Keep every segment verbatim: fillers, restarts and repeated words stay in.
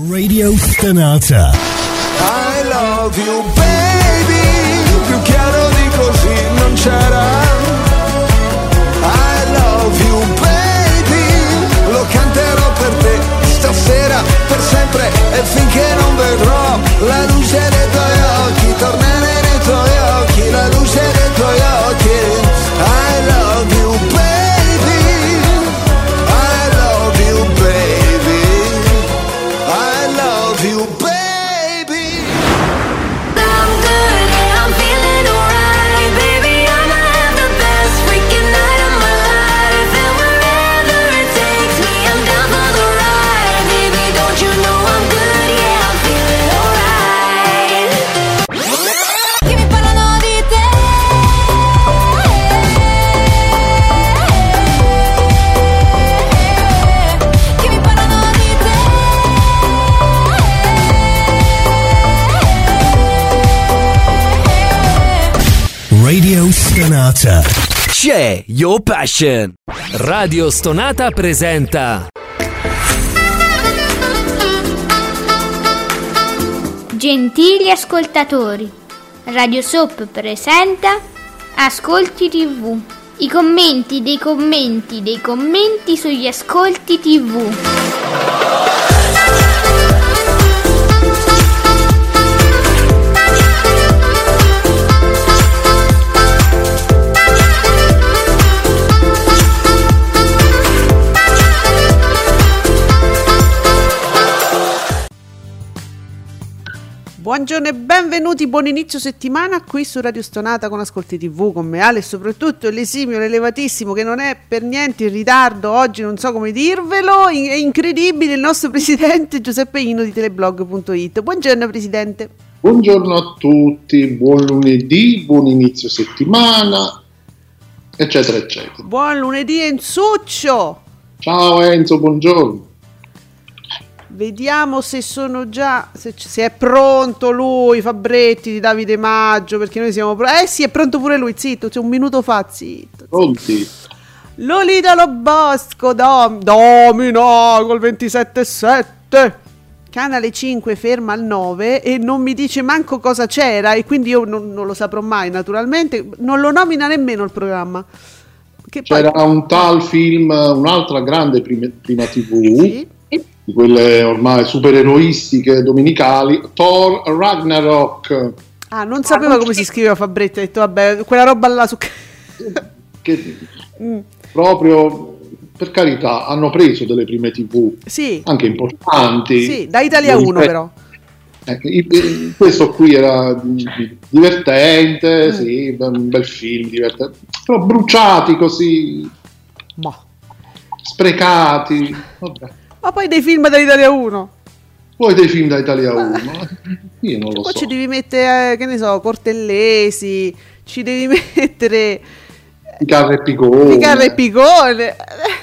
Radio Stonata. I love you baby, più chiaro di così non c'era. I love you baby, lo canterò per te stasera, per sempre e finché non vedrò la luce dei tuoi occhi, tornare nei tuoi occhi, la luce dei tuoi occhi. I love you baby, I love you baby, I love you baby. I'm good, yeah, I'm feeling alright, baby. I'ma have the best freaking night of my life, and wherever it takes me, I'm down for the ride, baby. Don't you know I'm good, yeah, I'm feeling alright. Che mi parlano di te, che mi parlano di te. Radio Stonata. C'è Your Passion. Radio Stonata presenta Gentili ascoltatori, Radio Soap presenta Ascolti tivù. I commenti dei commenti dei commenti sugli ascolti tivù. Buongiorno e benvenuti, buon inizio settimana qui su Radio Stonata con Ascolti tivù con me Ale e soprattutto l'esimio, l'elevatissimo che non è per niente in ritardo oggi, non so come dirvelo, è incredibile il nostro presidente Giuseppe Ino di teleblog punto it. Buongiorno presidente. Buongiorno a tutti, buon lunedì, buon inizio settimana, eccetera eccetera. Buon lunedì Enzuccio. Ciao Enzo, buongiorno. Vediamo se sono già, se, se è pronto lui, Fabretti di Davide Maggio, perché noi siamo pronti. Eh sì, è pronto pure lui, zitto, c'è un minuto fa, zitto. Pronti? Lolita Lo Bosco, dom, domina col ventisette sette. Canale cinque ferma al nove e non mi dice manco cosa c'era e quindi io non, non lo saprò mai naturalmente, non lo nomina nemmeno il programma. Che C'era poi... un tal film, un'altra grande prima, prima tivù, Sì. di quelle ormai supereroistiche domenicali, Thor Ragnarok. Ah, non sapeva come si scriveva Fabretti, ha detto vabbè, quella roba là su... Che mm. proprio, per carità, hanno preso delle prime tivù Sì. anche importanti. Sì, da Italia uno però. Eh, questo qui era divertente, mm. sì, un bel film divertente, però bruciati così, Ma, sprecati, vabbè. Ma poi dei film dall'Italia uno. Poi dei film da Italia uno, io non lo Poi so. ci devi mettere, eh, che ne so, Cortellesi, ci devi mettere Picarra e Picone, Picarra e Picone.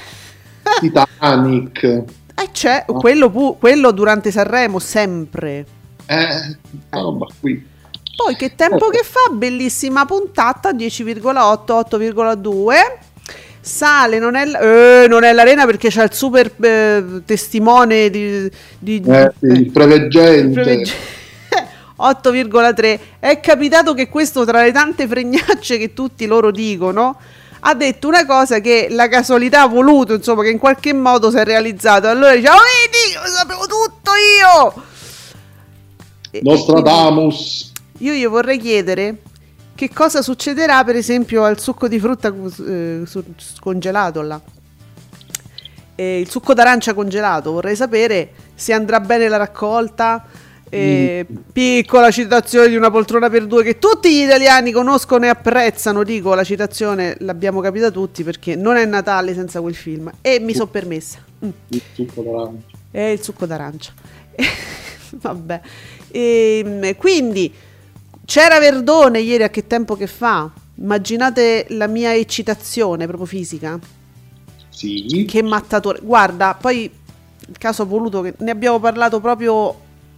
Titanic. E c'è No. quello, pu- quello durante Sanremo sempre. Eh, roba qui. Poi che tempo che fa, bellissima puntata, dieci virgola otto, otto virgola due. Sale, non è, eh, non è l'Arena perché c'ha il super eh, testimone di, di Eh, sì, il preveggente. il prevegge- otto virgola tre. È capitato che questo, tra le tante fregnacce che tutti loro dicono, ha detto una cosa che la casualità ha voluto, insomma, che in qualche modo si è realizzato. Allora dice, oh, vedi, lo sapevo tutto io. E- Nostradamus. e io gli vorrei chiedere che cosa succederà per esempio al succo di frutta eh, su- scongelato là. Eh, il succo d'arancia congelato, vorrei sapere se andrà bene la raccolta. Eh, Mm. Piccola citazione di Una poltrona per due che tutti gli italiani conoscono e apprezzano, dico la citazione l'abbiamo capita tutti perché non è Natale senza quel film e mi sono permessa. Mm. Il succo d'arancia. È il succo d'arancia. Vabbè. E, quindi c'era Verdone ieri, a che tempo che fa? Immaginate la mia eccitazione proprio fisica. Sì. Che mattatore. Guarda, poi il caso ha voluto che ne abbiamo parlato proprio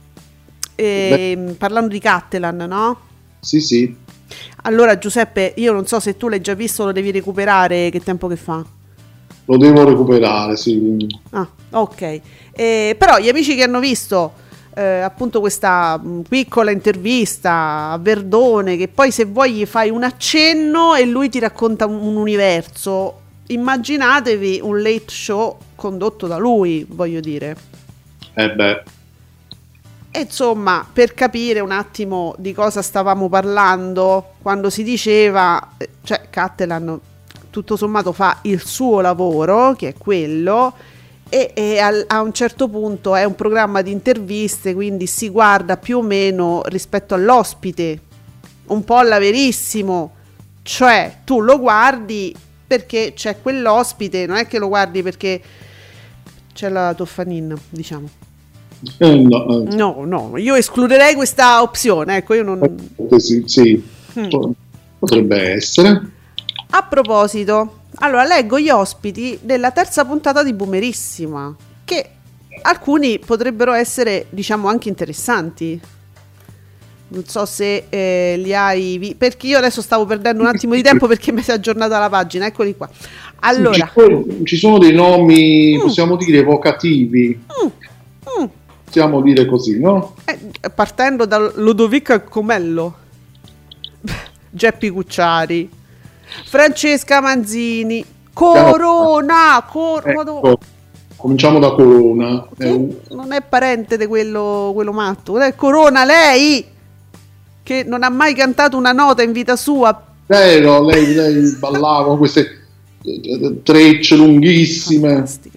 eh, parlando di Cattelan, no? Sì, sì. Allora Giuseppe, io non so se tu l'hai già visto, lo devi recuperare, che tempo che fa? lo devo recuperare, sì. Ah, ok. Eh, però gli amici che hanno visto eh, appunto questa mh, piccola intervista a Verdone, che poi se vuoi gli fai un accenno e lui ti racconta un, un universo, immaginatevi un late show condotto da lui, voglio dire. Eh beh. E insomma, per capire un attimo di cosa stavamo parlando, quando si diceva, eh, cioè Cattelan tutto sommato fa il suo lavoro, che è quello, e, e al, a un certo punto è un programma di interviste, quindi si guarda più o meno rispetto all'ospite, un po' alla Verissimo, cioè tu lo guardi perché c'è quell'ospite, non è che lo guardi perché c'è la Toffanin, diciamo. Eh, no, eh. No, no, io escluderei questa opzione, ecco, io non... Eh, sì, sì. Mm. Potrebbe essere. A proposito, allora leggo gli ospiti della terza puntata di Boomerissima, che alcuni potrebbero essere, diciamo, anche interessanti. Non so se eh, li hai vi- perché io adesso stavo perdendo un attimo di tempo perché mi si è aggiornata la pagina, eccoli qua. Allora, Ci sono, ci sono dei nomi, Mm. possiamo dire, evocativi. mm, mm, Possiamo dire così, no? eh, partendo da Lodovica Comello, Geppi Cucciari, Francesca Manzini, Corona, Cor- Ecco, cominciamo da Corona. È un- non è parente di quello, quello matto, è Corona, lei che non ha mai cantato una nota in vita sua. Vero, lei, lei ballava con queste eh, trecce lunghissime. Fantastica.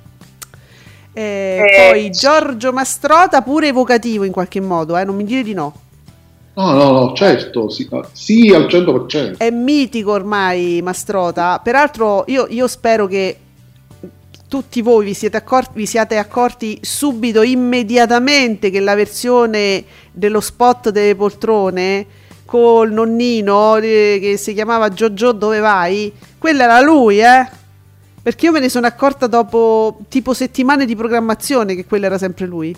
Eh, poi Giorgio Mastrota, pure evocativo in qualche modo, eh, non mi dire di no. No, no, no, certo, sì, sì, al cento per cento. È mitico ormai Mastrota. Peraltro io, io spero che tutti voi vi siete, accorti, vi siate accorti subito, immediatamente, che la versione dello spot delle poltrone col nonnino eh, che si chiamava Giorgio dove vai, quella era lui, eh? Perché io me ne sono accorta dopo tipo settimane di programmazione che quello era sempre lui.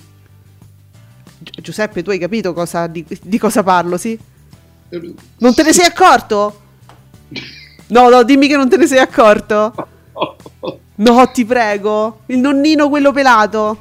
Gi- Giuseppe, tu hai capito cosa, di, di cosa parlo, sì? Non te ne sei accorto? No, no, dimmi che non te ne sei accorto. No, ti prego. Il nonnino quello pelato.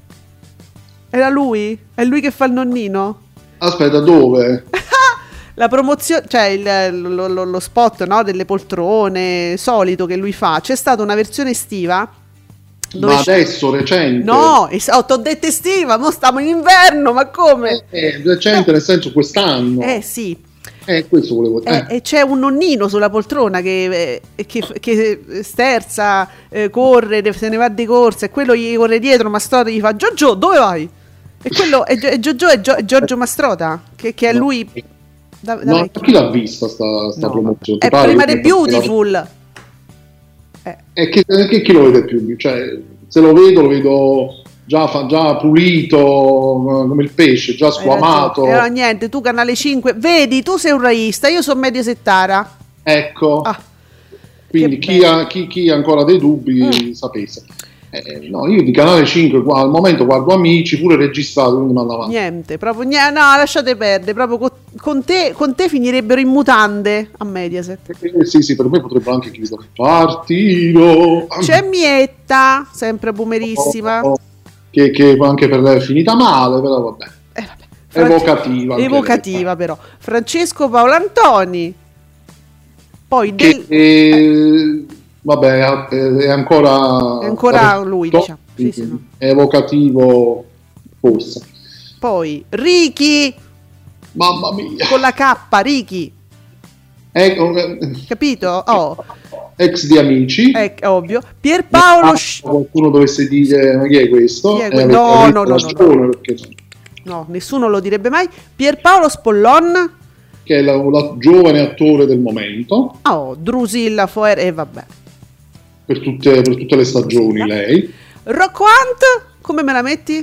Era lui? È lui che fa il nonnino? Aspetta, dove? La promozione, cioè il- lo, lo- lo spot, no, delle poltrone solito che lui fa. C'è stata una versione estiva dove Ma c'è- adesso, recente? No, esatto, t'ho detto estiva, mo stiamo in inverno, ma come? Eh, recente nel senso quest'anno. Eh sì, Eh, questo volevo eh, dire. e c'è un nonnino sulla poltrona che, eh, che, che sterza, eh, corre, de- se ne va di corsa e quello gli corre dietro, Mastrota gli fa Giorgio, dove vai? E quello è, Gio- è Giorgio, è, Gio- è Giorgio Mastrota, che, che è No. lui da, da No, vecchio. chi l'ha vista sta, sta No, promozione? è Ti pare prima che- di Beautiful. Eh, E che, che chi lo vede più? Cioè, se lo vedo, lo vedo già, fa- già pulito come il pesce, già hai squamato. ragione. Allora niente, tu canale cinque, vedi, tu sei un raista, io sono mediasettara. Ecco, Ah, quindi che chi bello. ha, chi, chi ha ancora dei dubbi Mm. sapesse. Eh, no, io di canale cinque qua, al momento guardo Amici, pure registrato, quindi manda avanti. Niente, proprio niente, no, lasciate perdere, proprio co- con, te, con te finirebbero in mutande a Mediaset. Eh, sì, sì, per me potrebbe anche chiudere. Partito! C'è Mietta, sempre boomerissima. Che, che anche per lei è finita male, però vabbè. Eh, vabbè. Fran- Evocativa. anche Evocativa però. Francesco Paolo Antoni. Poi lei. Che, del... eh, vabbè, è, è ancora... È ancora lui, diciamo. Sì, sì, no. È evocativo, forse. Poi Ricky Mamma mia. con la K, Ricky, Ecco, eh, capito? Oh, ex di Amici. è ovvio. Pierpaolo Ah, Sch- qualcuno dovesse dire ma chi è questo? Chi è Eh, que- avete- no, avete no, no, ragione, no, no. perché- No, nessuno lo direbbe mai. Pierpaolo Spollon. che è la, la giovane attore del momento Oh, Drusilla Foer e vabbè. per tutte, per tutte le stagioni. Lei Rocco Hunt, come me la metti?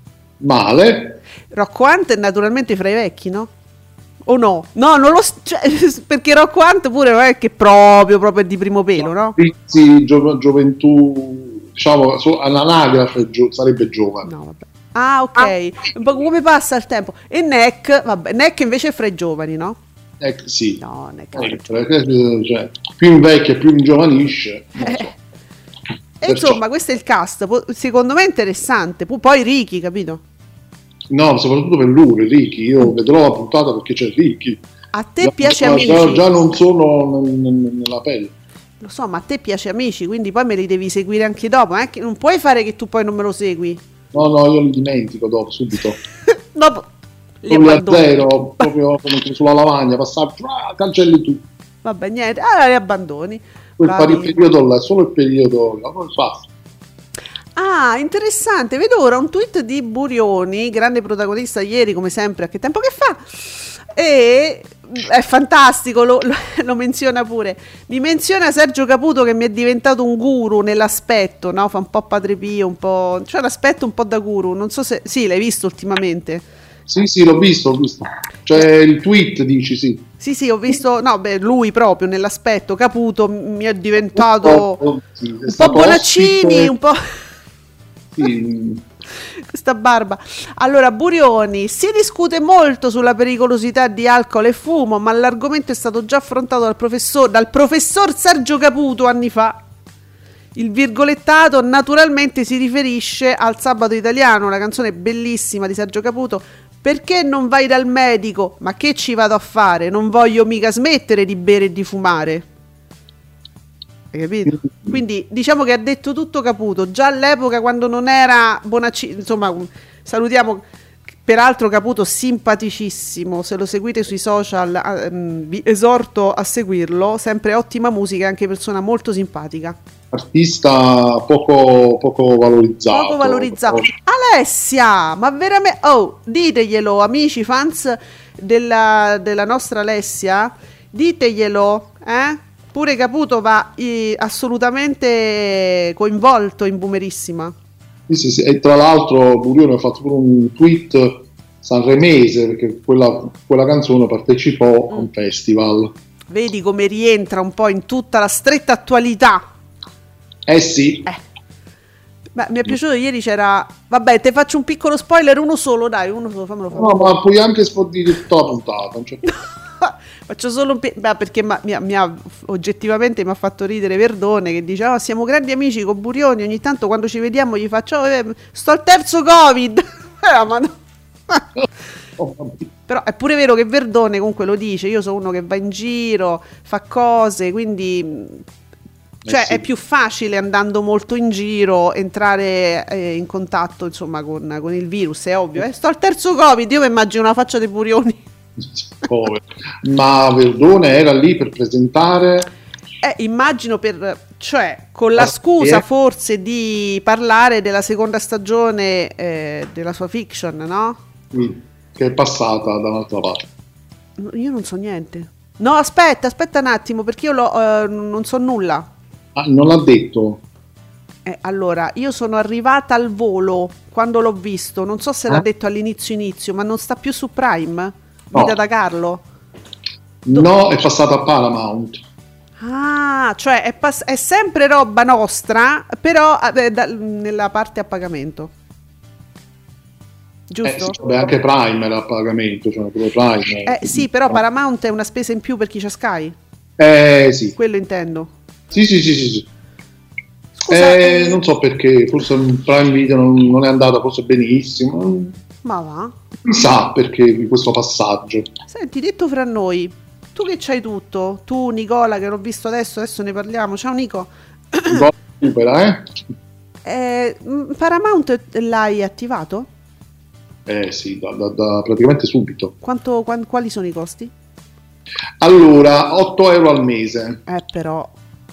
male. Rocco Hunt è naturalmente fra i vecchi, no? O no? No, non lo s- cioè, perché Rocco Hunt pure non è che proprio proprio è di primo pelo, no? Rizzi, gio- gioventù, diciamo, so- all'anagrafe gio- sarebbe giovane. No, vabbè. Ah, ok. Ma come passa il tempo? E Neck, vabbè, Neck invece è fra i giovani, no? Eh, sì. No, Neck. Eh, cioè, più invecchia, più ingiovanisce. Non so. E Perciò- insomma, questo è il cast. Po- Secondo me è interessante. Pu- Poi Ricky, capito? No, soprattutto per lui, Ricky. Io vedrò la puntata perché c'è Ricky. A te Già- piace già, Amici? già, già non sono n- n- nella pelle. Lo so, ma a te piace Amici, quindi poi me li devi seguire anche dopo. eh, che non puoi fare che tu poi non me lo segui. No, no, io li dimentico dopo, subito. Dopo li Proprio a abbandoni. zero, proprio come sulla lavagna, passare, ah, cancelli tu. Vabbè, niente, allora li abbandoni. Quel Bravi. pari periodo là, solo il periodo là, poi basta. Ah, interessante. Vedo ora un tweet di Burioni, grande protagonista ieri, come sempre. A che tempo che fa? E è fantastico, lo, lo- lo menziona pure. Mi menziona Sergio Caputo che mi è diventato un guru nell'aspetto, no? Fa un po' Padre Pio, un po'. Cioè l'aspetto un po' da guru. Non so se. Sì, l'hai visto ultimamente. Sì, sì, l'ho visto, l'ho visto. Cioè il tweet dici sì. Sì, sì, ho visto. No, beh, lui proprio nell'aspetto. Caputo mi è diventato. Sì, è Un po' stato Bonaccini, ospite- un po'. sì, Questa barba. Allora, Burioni, si discute molto sulla pericolosità di alcol e fumo, ma l'argomento è stato già affrontato dal professor, dal professor Sergio Caputo anni fa. Il virgolettato naturalmente si riferisce al Sabato Italiano, una canzone bellissima di Sergio Caputo. Perché non vai dal medico? Ma che ci vado a fare? Non voglio mica smettere di bere e di fumare. Hai capito? Quindi diciamo che ha detto tutto Caputo già all'epoca, quando non era Bonaccini. Insomma, um, salutiamo peraltro Caputo, simpaticissimo. Se lo seguite sui social, ah, um, vi esorto a seguirlo. Sempre ottima musica, anche persona molto simpatica. artista poco, poco valorizzato. Poco valorizzato. Alessia, ma veramente. Oh, diteglielo, amici fans della, della nostra Alessia, diteglielo, eh? Pure Caputo va eh, assolutamente coinvolto in Boomerissima. Sì, sì, sì. E tra l'altro Burioni ha fatto pure un tweet sanremese, perché quella, quella canzone partecipò a un festival. Vedi come rientra un po' in tutta la stretta attualità. Eh sì, Beh, mi è piaciuto ieri, c'era. Vabbè, te faccio un piccolo spoiler, uno solo, dai, uno solo, fammelo fare. no, ma puoi anche sfottire tutta la puntata. non c'è- Faccio solo un pi- beh, perché ma- mi, ha- mi ha oggettivamente mi ha fatto ridere Verdone, che dice: "Oh, siamo grandi amici con Burioni, ogni tanto quando ci vediamo gli faccio "Oh, eh, sto al terzo Covid". Eh, ma no. Oh, vabbè. Però è pure vero che Verdone comunque lo dice: io sono uno che va in giro, fa cose, quindi mh, cioè Eh sì. è più facile, andando molto in giro, entrare eh, in contatto, insomma, con, con il virus, è ovvio. Eh, sto al terzo Covid, io mi immagino la faccia dei Burioni. Povero. Ma Verdone era lì per presentare. Eh, immagino per, cioè, con la Ah, scusa eh. forse di parlare della seconda stagione eh, della sua fiction, no? Sì, che è passata dall'altra parte. Io non so niente. No, aspetta, aspetta un attimo, perché io lo, eh, non so nulla. Ah, non l'ha detto. Eh, allora, io sono arrivata al volo quando l'ho visto, non so se l'ha Eh? detto all'inizio inizio, ma non sta più su Prime? No. Vita da Carlo? No, è passata a Paramount. Ah, cioè è, pass- è sempre roba nostra, però eh, da- nella parte a pagamento. Eh, Giusto? sì, vabbè, anche Prime era a pagamento, cioè quello Prime. Eh sì, però Paramount è una spesa in più per chi c'ha Sky, Eh sì. quello intendo. Sì, sì, sì, sì, sì. Scusa, Eh, eh, non so perché, forse il Prime Video non, non è andata forse benissimo. ma va. Chissà perché di questo passaggio. Senti, detto fra noi, tu che c'hai tutto, tu Nicola che l'ho visto adesso, adesso ne parliamo, ciao Nico. Supera, eh? Eh, mh, Paramount l'hai attivato? Eh sì, da, da- da praticamente subito. Quanto, quan- quali sono i costi? Allora, otto euro al mese. Eh però,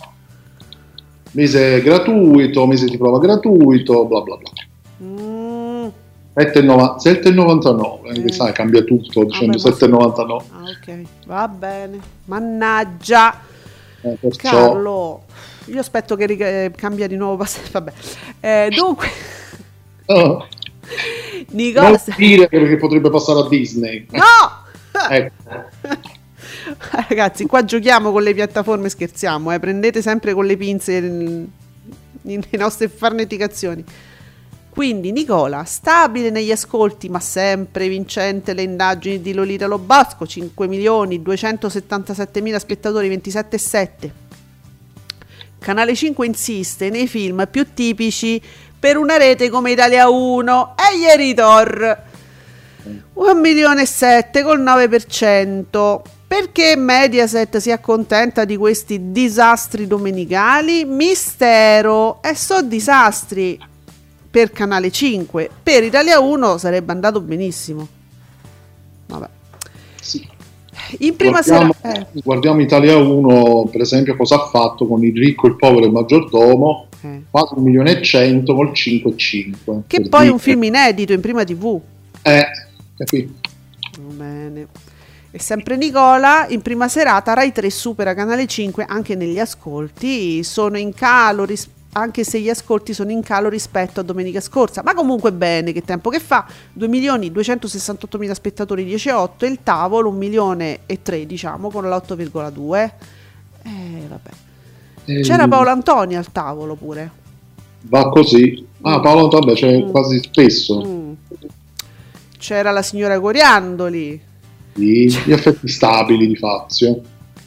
Mese gratuito, mese di prova gratuito, bla bla bla. mm, sette e novantanove, Eh. che sai, cambia tutto dicendo Vabbè, ma- sette e novantanove. ah ok, va bene. Mannaggia. Eh, perciò Carlo, io aspetto che riga- eh, cambia di nuovo pass- vabbè. Eh, dunque Oh, Nicola non dire perché potrebbe passare a Disney. no! Ecco. Ragazzi, qua giochiamo con le piattaforme, scherziamo, eh. Prendete sempre con le pinze in- in- le nostre farneticazioni. Quindi Nicola, stabile negli ascolti ma sempre vincente le indagini di Lolita Lobasco, cinque milioni duecentosettantasette mila spettatori, ventisette virgola sette. Canale cinque insiste nei film più tipici per una rete come Italia uno e ieri Thor un milione e sette col nove per cento. Perché Mediaset si accontenta di questi disastri domenicali? Mistero. E so disastri per Canale cinque, per Italia uno sarebbe andato benissimo. Vabbè. Sì. In prima guardiamo, sera eh. guardiamo Italia uno, per esempio, cosa ha fatto con Il ricco, il povero e il maggiordomo, Eh. quasi un milione e cento col cinque e cinque. Che per poi è dire. un film inedito in prima tivù. Eh, capito? Va bene. E sempre Nicola, in prima serata Rai tre supera Canale cinque anche negli ascolti, sono in calo ris- anche se gli ascolti sono in calo rispetto a domenica scorsa, ma comunque bene, che tempo che fa, due milioni duecentosessantottomila spettatori, dieci virgola otto, e il tavolo un milione e tre, diciamo, con l'otto virgola due. Eh, vabbè. Eh, C'era Paolo Antoni al tavolo pure. Va così. Ah, Paolo, vabbè, c'è Mm. quasi spesso. Mm. C'era la signora Coriandoli. Sì, gli effetti stabili di Fazio.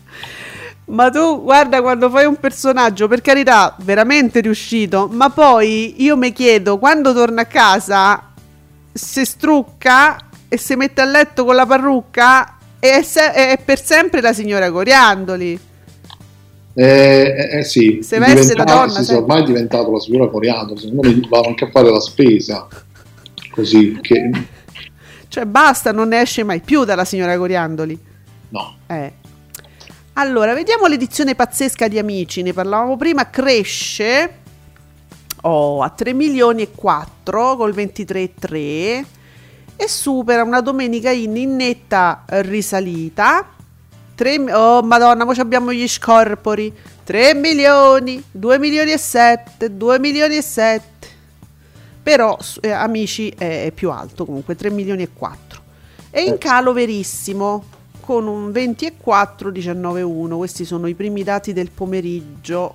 Ma tu guarda, quando fai un personaggio, per carità, veramente riuscito, ma poi io mi chiedo, quando torna a casa, si strucca e si mette a letto con la parrucca e è, se- è per sempre la signora Coriandoli. Eh, eh, eh, sì, Se veste da diventato- donna, sì, sì, sempre. ormai è diventato la signora Coriandolo, secondo me va anche a fare la spesa. Così che Cioè basta, non ne esce mai più dalla signora Coriandoli. no. Eh. Allora, vediamo l'edizione pazzesca di Amici, ne parlavamo prima, cresce oh, a tre milioni e quattro col ventitré virgola tre e supera una domenica in, in netta risalita. tre, oh madonna, ora abbiamo gli scorpori, tre milioni, due milioni e sette, due milioni e sette. Però eh, Amici è, è più alto comunque, tre milioni e quattro. E in calo verissimo con un venti virgola quattro, diciannove virgola uno. Questi sono i primi dati del pomeriggio.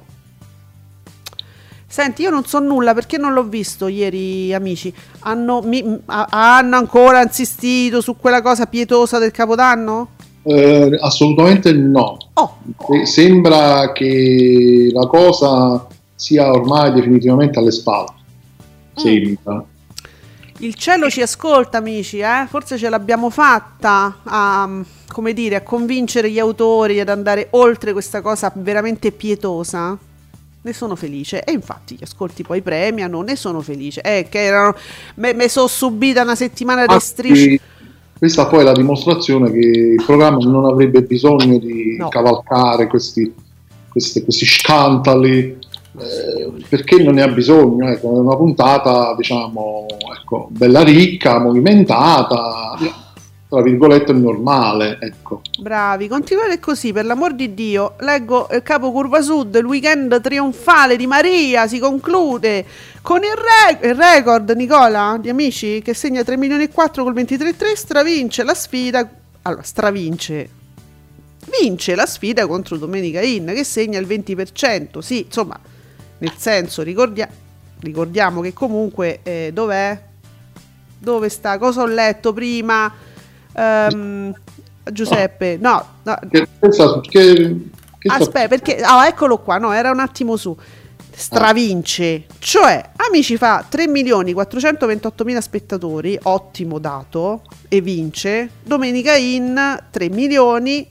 Senti, io non so nulla perché non l'ho visto ieri. Amici hanno, mi, a- hanno ancora insistito su quella cosa pietosa del Capodanno? Eh, assolutamente no. Oh, Eh, Sembra che la cosa sia ormai definitivamente alle spalle. Sembra. il cielo ci ascolta, amici, eh? Forse ce l'abbiamo fatta a, come dire, a convincere gli autori ad andare oltre questa cosa veramente pietosa. Ne sono felice e infatti gli ascolti poi premiano, ne sono felice. Eh, che erano, mi sono subita una settimana di strisce. Anzi, questa poi è la dimostrazione che il programma non avrebbe bisogno di No. cavalcare questi, questi, questi scandali, eh, perché non ne ha bisogno. Ecco, è una puntata, diciamo, ecco, bella ricca, movimentata, tra virgolette normale, ecco. Bravi, continuate così, per l'amor di Dio. Leggo il capo Curva Sud, il weekend trionfale di Maria si conclude con il, re- il record, Nicola, di Amici, che segna tre milioni e quattro col ventitré virgola tre, stravince la sfida, allora stravince, vince la sfida contro Domenica In, che segna il venti per cento, sì, insomma, nel senso, ricordia- ricordiamo che comunque, eh, dov'è? Dove sta? Cosa ho letto prima? Ehm, Giuseppe, no, no, Che, questa- che- che sta- aspetta, perché ah, eccolo qua, no, era un attimo su. Stravince, cioè Amici fa tre milioni quattrocentoventottomila spettatori, ottimo dato, e vince. Domenica In tre milioni.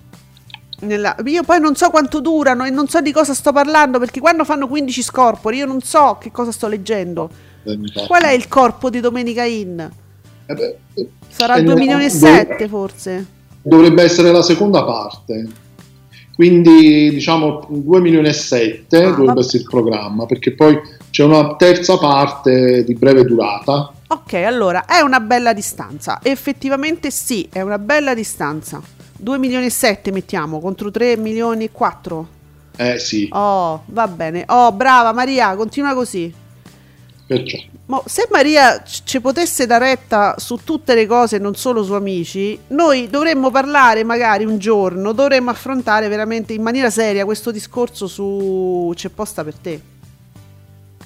Nella, io poi non so quanto durano e non so di cosa sto parlando, perché quando fanno quindici scorpori io non so che cosa sto leggendo. Qual è il corpo di Domenica In? Eh beh, eh, Sarà eh, due no, milioni e dov- sette forse. Dovrebbe essere la seconda parte, quindi diciamo due milioni e sette Ah, dovrebbe vabbè. essere il programma, perché poi c'è una terza parte di breve durata. Ok, allora è una bella distanza. Effettivamente sì, è una bella distanza. due milioni e sette mettiamo contro tre milioni e quattro. Eh sì, Oh, va bene. Oh, brava Maria, continua così. perciò. Mo, se Maria c- ci potesse dar retta su tutte le cose, non solo su Amici, noi dovremmo parlare magari un giorno, dovremmo affrontare veramente in maniera seria questo discorso su C'è posta per te.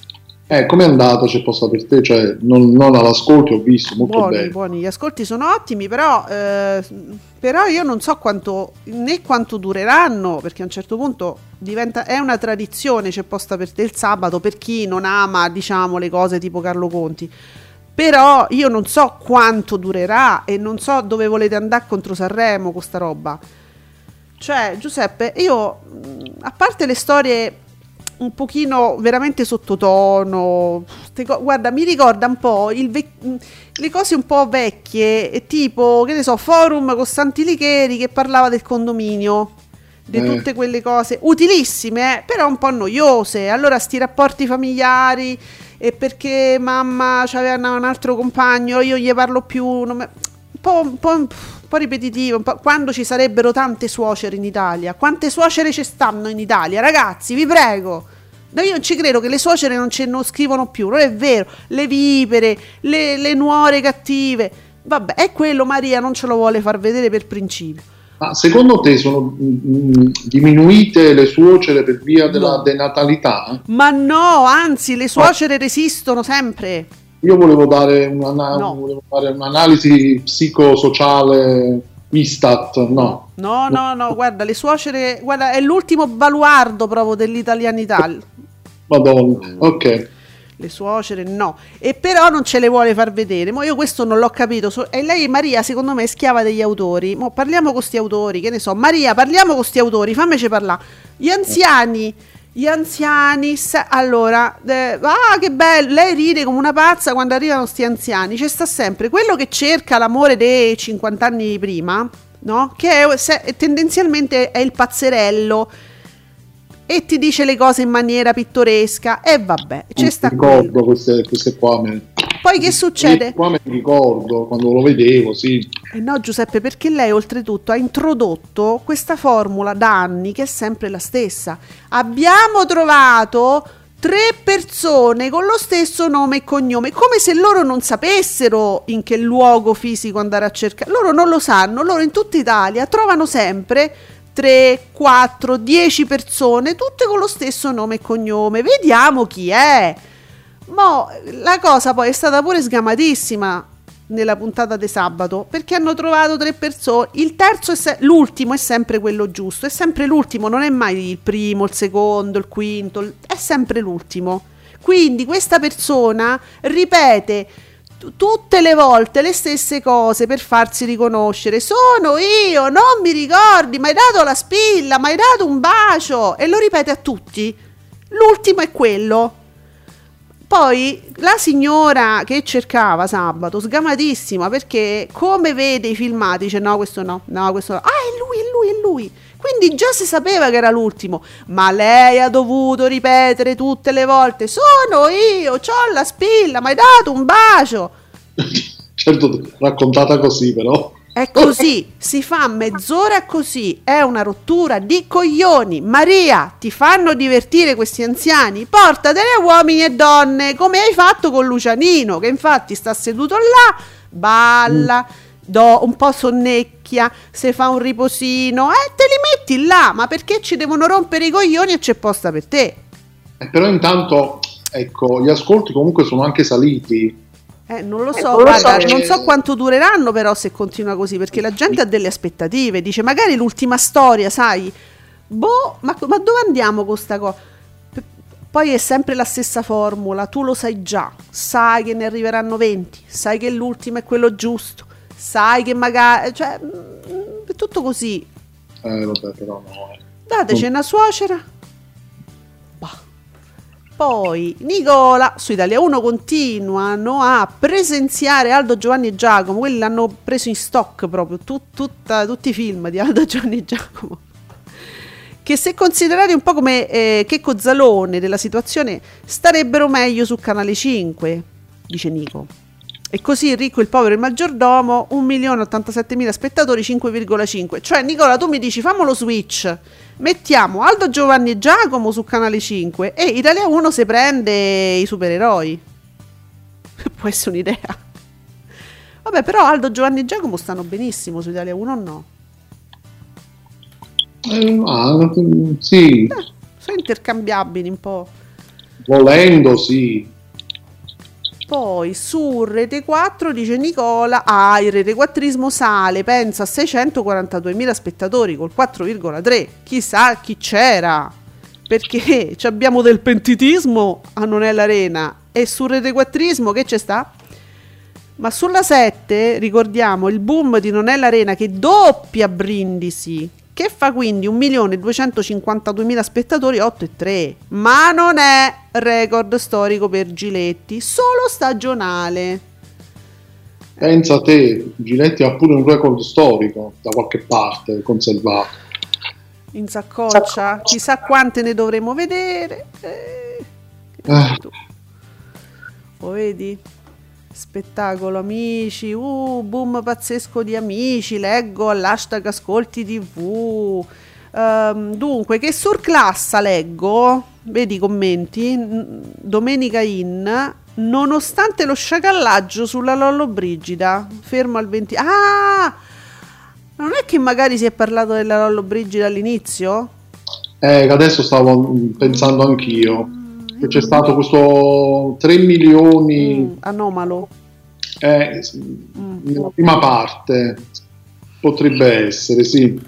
Eh, com'è andato? C'è posta per te? Cioè, non, non all'ascolto, ho visto, molto Buoni, bene. buoni, gli ascolti sono ottimi, però, eh, però io non so quanto né quanto dureranno, perché a un certo punto diventa, è una tradizione, c'è posta per te il sabato, per chi non ama, diciamo, le cose tipo Carlo Conti. Però io non so quanto durerà e non so dove volete andare contro Sanremo con sta roba. Cioè, Giuseppe, io, mh, a parte le storie un pochino veramente sottotono, ste co- guarda, mi ricorda un po' il vec- mh, le cose un po' vecchie, e tipo, che ne so, Forum con Santi Licheri che parlava del condominio, di Eh. tutte quelle cose utilissime, eh, però un po' noiose. Allora sti rapporti familiari, e perché mamma c'aveva un altro compagno, io gli parlo più, non me- un po', un po', un po' ripetitivo, un po', quando ci sarebbero tante suocere in Italia. Quante suocere ci stanno in Italia, ragazzi, vi prego. No, io non ci credo che le suocere non ce non scrivono più, non è vero. Le vipere, le, le nuore cattive, vabbè, è quello. Maria non ce lo vuole far vedere per principio. Ma secondo te sono mh, diminuite le suocere per via della No. denatalità? Ma no, anzi, le suocere resistono sempre. Io volevo dare una, No. volevo fare un'analisi psicosociale Istat, no. No, no, no, guarda, le suocere, guarda, è l'ultimo baluardo proprio dell'italianità. Madonna, ok. Le suocere no, e però non ce le vuole far vedere. Mo io questo non l'ho capito. So- e lei, Maria, secondo me è schiava degli autori. Mo parliamo con sti autori, che ne so. Maria, parliamo con sti autori, fammici parlare. Gli anziani, gli anziani, sa- allora, eh, ah, che bello, lei ride come una pazza quando arrivano sti anziani. C'è sta sempre quello che cerca l'amore dei cinquanta anni prima, no? Che è, se- tendenzialmente è il pazzerello, e ti dice le cose in maniera pittoresca, e vabbè, c'è Mi sta ricordo quello. queste, queste qua. Me, Poi che succede? Qua me li ricordo quando lo vedevo, sì. Eh no, Giuseppe, perché lei oltretutto ha introdotto questa formula da anni che è sempre la stessa. Abbiamo trovato tre persone con lo stesso nome e cognome, come se loro non sapessero in che luogo fisico andare a cercare. Loro non lo sanno, loro in tutta Italia trovano sempre tre, quattro, dieci persone, tutte con lo stesso nome e cognome. Vediamo chi è. Mo la cosa poi è stata pure sgamatissima nella puntata di sabato, perché hanno trovato tre persone. Il terzo è se- l'ultimo è sempre quello giusto, è sempre l'ultimo, non è mai il primo, il secondo, il quinto, il- è sempre l'ultimo. Quindi questa persona ripete t- tutte le volte le stesse cose per farsi riconoscere. Sono io, non mi ricordi, mi hai dato la spilla, mi hai dato un bacio, e lo ripete a tutti. L'ultimo è quello. Poi la signora che cercava sabato, sgamatissima, perché come vede i filmati dice no, questo no, no, questo no. Ah, è lui, è lui, è lui. Quindi già si sapeva che era l'ultimo, ma lei ha dovuto ripetere tutte le volte: sono io, c'ho la spilla, mi hai dato un bacio. Certo, raccontata così, però. È così, si fa mezz'ora così, è una rottura di coglioni. Maria, ti fanno divertire questi anziani? Portatene uomini e donne, come hai fatto con Lucianino, che infatti sta seduto là, balla, do, un po' sonnecchia, se fa un riposino, e te li metti là, ma perché ci devono rompere i coglioni e c'è posta per te? Eh, però intanto, ecco, gli ascolti comunque sono anche saliti. Eh, non lo Eh, so, non lo guarda, so, non eh. so quanto dureranno però se continua così, perché la gente ha delle aspettative, dice magari l'ultima storia, sai, boh, ma, ma dove andiamo con sta cosa? P- Poi è sempre la stessa formula, tu lo sai già, sai che ne arriveranno venti, sai che l'ultimo è quello giusto, sai che magari, cioè, mm, è tutto così. Eh, vabbè, però no. eh. Dateci una suocera. Bah. Poi Nicola su Italia uno continuano a presenziare Aldo, Giovanni e Giacomo. Quelli l'hanno preso in stock proprio, tu- tutta- tutti i film di Aldo, Giovanni e Giacomo, che se considerati un po' come eh, Checco Zalone della situazione starebbero meglio su Canale cinque, dice Nico. E così il ricco, il povero e il maggiordomo, un milione e ottantasettemila spettatori, cinque virgola cinque. Cioè, Nicola, tu mi dici fammo lo switch, mettiamo Aldo, Giovanni e Giacomo su Canale cinque e Italia uno se prende i supereroi. Può essere un'idea. Vabbè, però Aldo, Giovanni e Giacomo stanno benissimo su Italia uno o no? Eh, ah, sì, Eh, sono intercambiabili un po'. volendo sì. Poi su Rete quattro dice Nicola, ah, il retequattrismo sale, pensa a seicentoquarantaduemila spettatori col quattro virgola tre. Chissà chi c'era, perché ci abbiamo del pentitismo a Non è l'Arena, e sul retequattrismo che c'è sta? Ma sulla sette ricordiamo il boom di Non è l'Arena che doppia Brindisi, che fa quindi un milione duecentocinquantaduemila spettatori, otto virgola tre. Ma non è record storico per Giletti, solo stagionale. Pensa a te, Giletti ha pure un record storico da qualche parte conservato. In saccoccia, chissà quante ne dovremo vedere. Eh, Eh. Lo vedi? Spettacolo amici, uh, boom pazzesco di amici, leggo all'hashtag ascolti tv. Um, dunque, che surclassa leggo, vedi i commenti, n- Domenica in, nonostante lo sciacallaggio sulla Lollobrigida, fermo al venti. Ah! Non è che magari si è parlato della Lollobrigida all'inizio? Eh, adesso stavo pensando anch'io. Che c'è stato questo tre milioni Mm, anomalo. eh, nella prima parte, potrebbe essere, sì.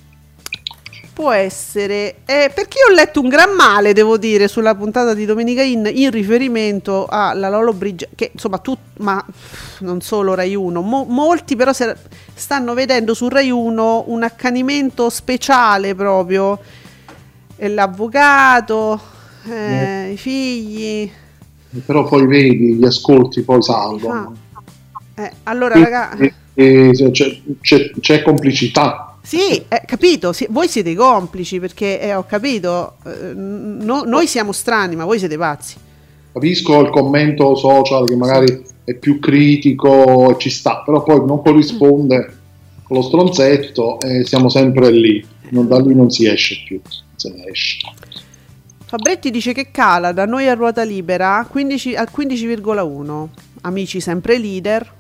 Può essere, eh, perché io ho letto un gran male, devo dire, sulla puntata di Domenica in, in riferimento alla Lollobrigida, che insomma, tu, ma non solo Rai uno, mo- molti però se- stanno vedendo su Rai uno un accanimento speciale proprio, e l'avvocato, eh, i figli. Però poi vedi, gli ascolti poi salgono. Ah. Eh, allora, raga, E- e c'è, c'è- c'è complicità. sì, eh, capito, sì, voi siete complici perché eh, ho capito, eh, no- noi siamo strani, ma voi siete pazzi. Capisco il commento social che magari è più critico, ci sta, però poi non corrisponde con lo stronzetto e siamo sempre lì. Non, da lì non si esce più, non se ne esce. Fabretti dice che cala da noi a ruota libera quindici al quindici virgola uno. Amici sempre leader.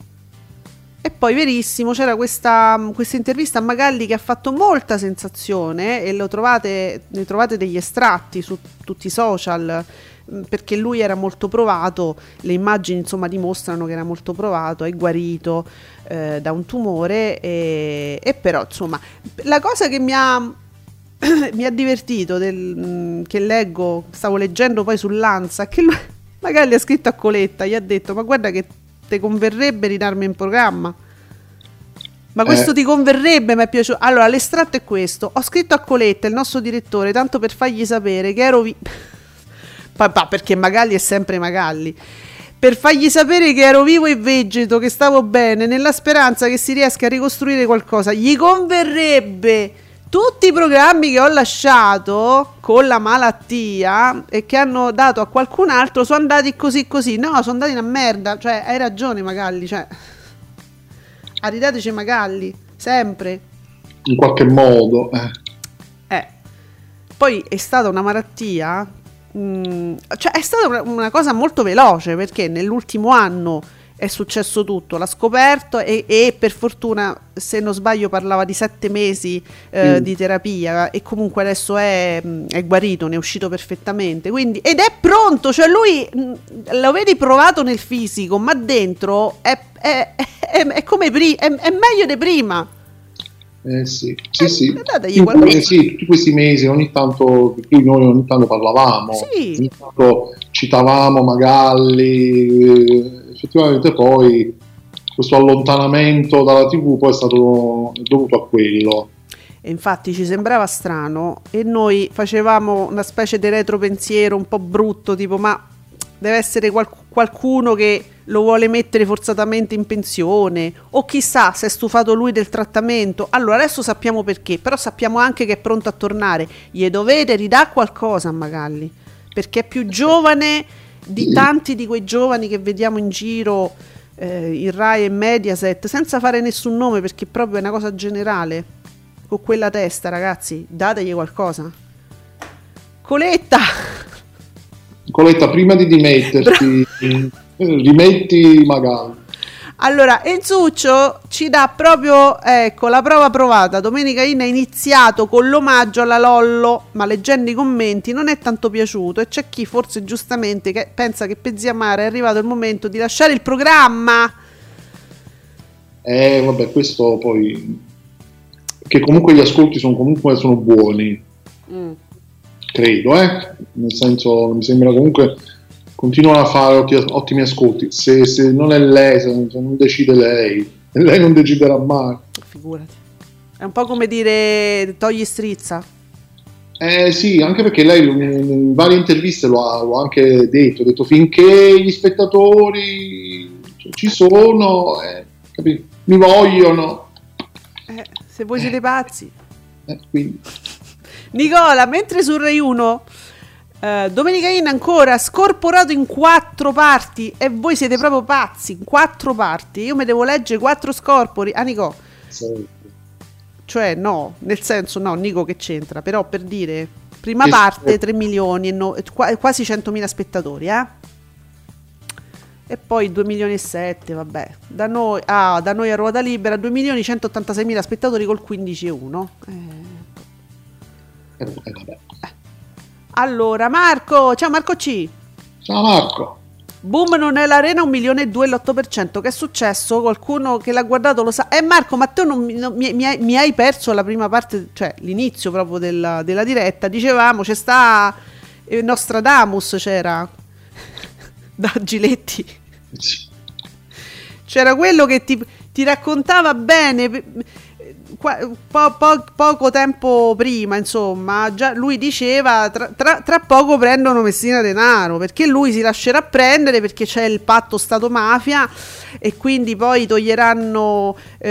E poi verissimo, c'era questa, questa intervista a Magalli che ha fatto molta sensazione e lo trovate, ne trovate degli estratti su tutti i social, mh, perché lui era molto provato, le immagini insomma dimostrano che era molto provato, è guarito eh, da un tumore e, e però insomma la cosa che mi ha mi ha divertito del, mh, che leggo, stavo leggendo poi sull'Ansa, che lui, magari ha scritto a Coletta, gli ha detto ma guarda che ti converrebbe ridarmi in programma, ma questo Eh. ti converrebbe, mi è piaciuto. Allora l'estratto è questo: ho scritto a Coletta, il nostro direttore, tanto per fargli sapere che ero vi- papà, perché Magalli è sempre Magalli, per fargli sapere che ero vivo e vegeto, che stavo bene, nella speranza che si riesca a ricostruire qualcosa. Gli converrebbe. Tutti i programmi che ho lasciato con la malattia e che hanno dato a qualcun altro sono andati così così. No, sono andati una merda. Cioè, hai ragione Magalli, cioè, aridateci Magalli, sempre. In qualche modo. Eh. Eh. Poi è stata una malattia, mh, cioè è stata una, una cosa molto veloce, perché nell'ultimo anno è successo tutto, l'ha scoperto e, e per fortuna, se non sbaglio, parlava di sette mesi eh, Mm. di terapia e comunque adesso è, è guarito, ne è uscito perfettamente, quindi, ed è pronto, cioè lui mh, lo vedi provato nel fisico, ma dentro è, è, è, è come pri- è, è meglio di prima. Eh sì, sì, sì. Eh, dategli In qualcosa. cui- sì, tutti questi mesi ogni tanto, di cui noi ogni tanto parlavamo, Sì. ogni tanto citavamo Magalli, eh, effettivamente poi questo allontanamento dalla tivù poi è stato dovuto a quello. E infatti ci sembrava strano e noi facevamo una specie di retropensiero un po' brutto, tipo ma deve essere qual- qualcuno che lo vuole mettere forzatamente in pensione, o chissà se è stufato lui del trattamento. Allora adesso sappiamo perché, però sappiamo anche che è pronto a tornare. Gli dovete ridare qualcosa a Magalli, perché è più giovane di tanti di quei giovani che vediamo in giro eh, in Rai e Mediaset, senza fare nessun nome, perché proprio è una cosa generale. Con quella testa, ragazzi, dategli qualcosa. Coletta! Coletta, prima di dimetterti, eh, rimetti Magalli. Allora, Enzuccio ci dà proprio, ecco, la prova provata. Domenica In ha iniziato con l'omaggio alla Lollo, ma leggendo i commenti non è tanto piaciuto e c'è chi forse giustamente che pensa che per Zia Mara è arrivato il momento di lasciare il programma. Eh, vabbè, questo poi... Che comunque gli ascolti sono comunque sono buoni. Mm. Credo, eh? Nel senso, mi sembra comunque... Continuano a fare otti- ottimi ascolti. Se, se non è lei, se non, se non decide lei, e lei non deciderà mai. Figurati. È un po' come dire togli strizza. Eh sì, anche perché lei in, in varie interviste lo ha, lo ha anche detto, ha detto finché gli spettatori ci sono, eh, capi- mi vogliono. Eh, se voi siete pazzi. Eh, quindi. Nicola, mentre su Rai uno Uh, Domenica In ancora scorporato in quattro parti e voi siete proprio pazzi, in quattro parti. Io mi devo leggere quattro scorpori. Ah, Nico, Sì. cioè no, nel senso no, Nico che c'entra, però per dire prima Che parte sì. tre milioni e no, qua- quasi centomila spettatori, eh? E poi due milioni e sette, vabbè. Da noi, ah, da noi a Ruota Libera due milioni centottantaseimila spettatori col quindici virgola uno. Eh. Eh, eh, vabbè. Allora, Marco, ciao Marco C. Ciao Marco. Boom non è l'arena, un milione e due l'otto per cento. Che è successo? Qualcuno che l'ha guardato lo sa. Eh Marco, ma tu non, mi- non- mi, mi hai, mi hai perso la prima parte, cioè l'inizio proprio della, della diretta. Dicevamo, c'è sta eh, Nostradamus, c'era da Giletti. Sì. C'era quello che ti, ti raccontava bene eh, qua- po- po- poco tempo prima, insomma, già lui diceva tra, tra- tra poco prendono Messina Denaro, perché lui si lascerà prendere perché c'è il patto Stato-mafia e quindi poi toglieranno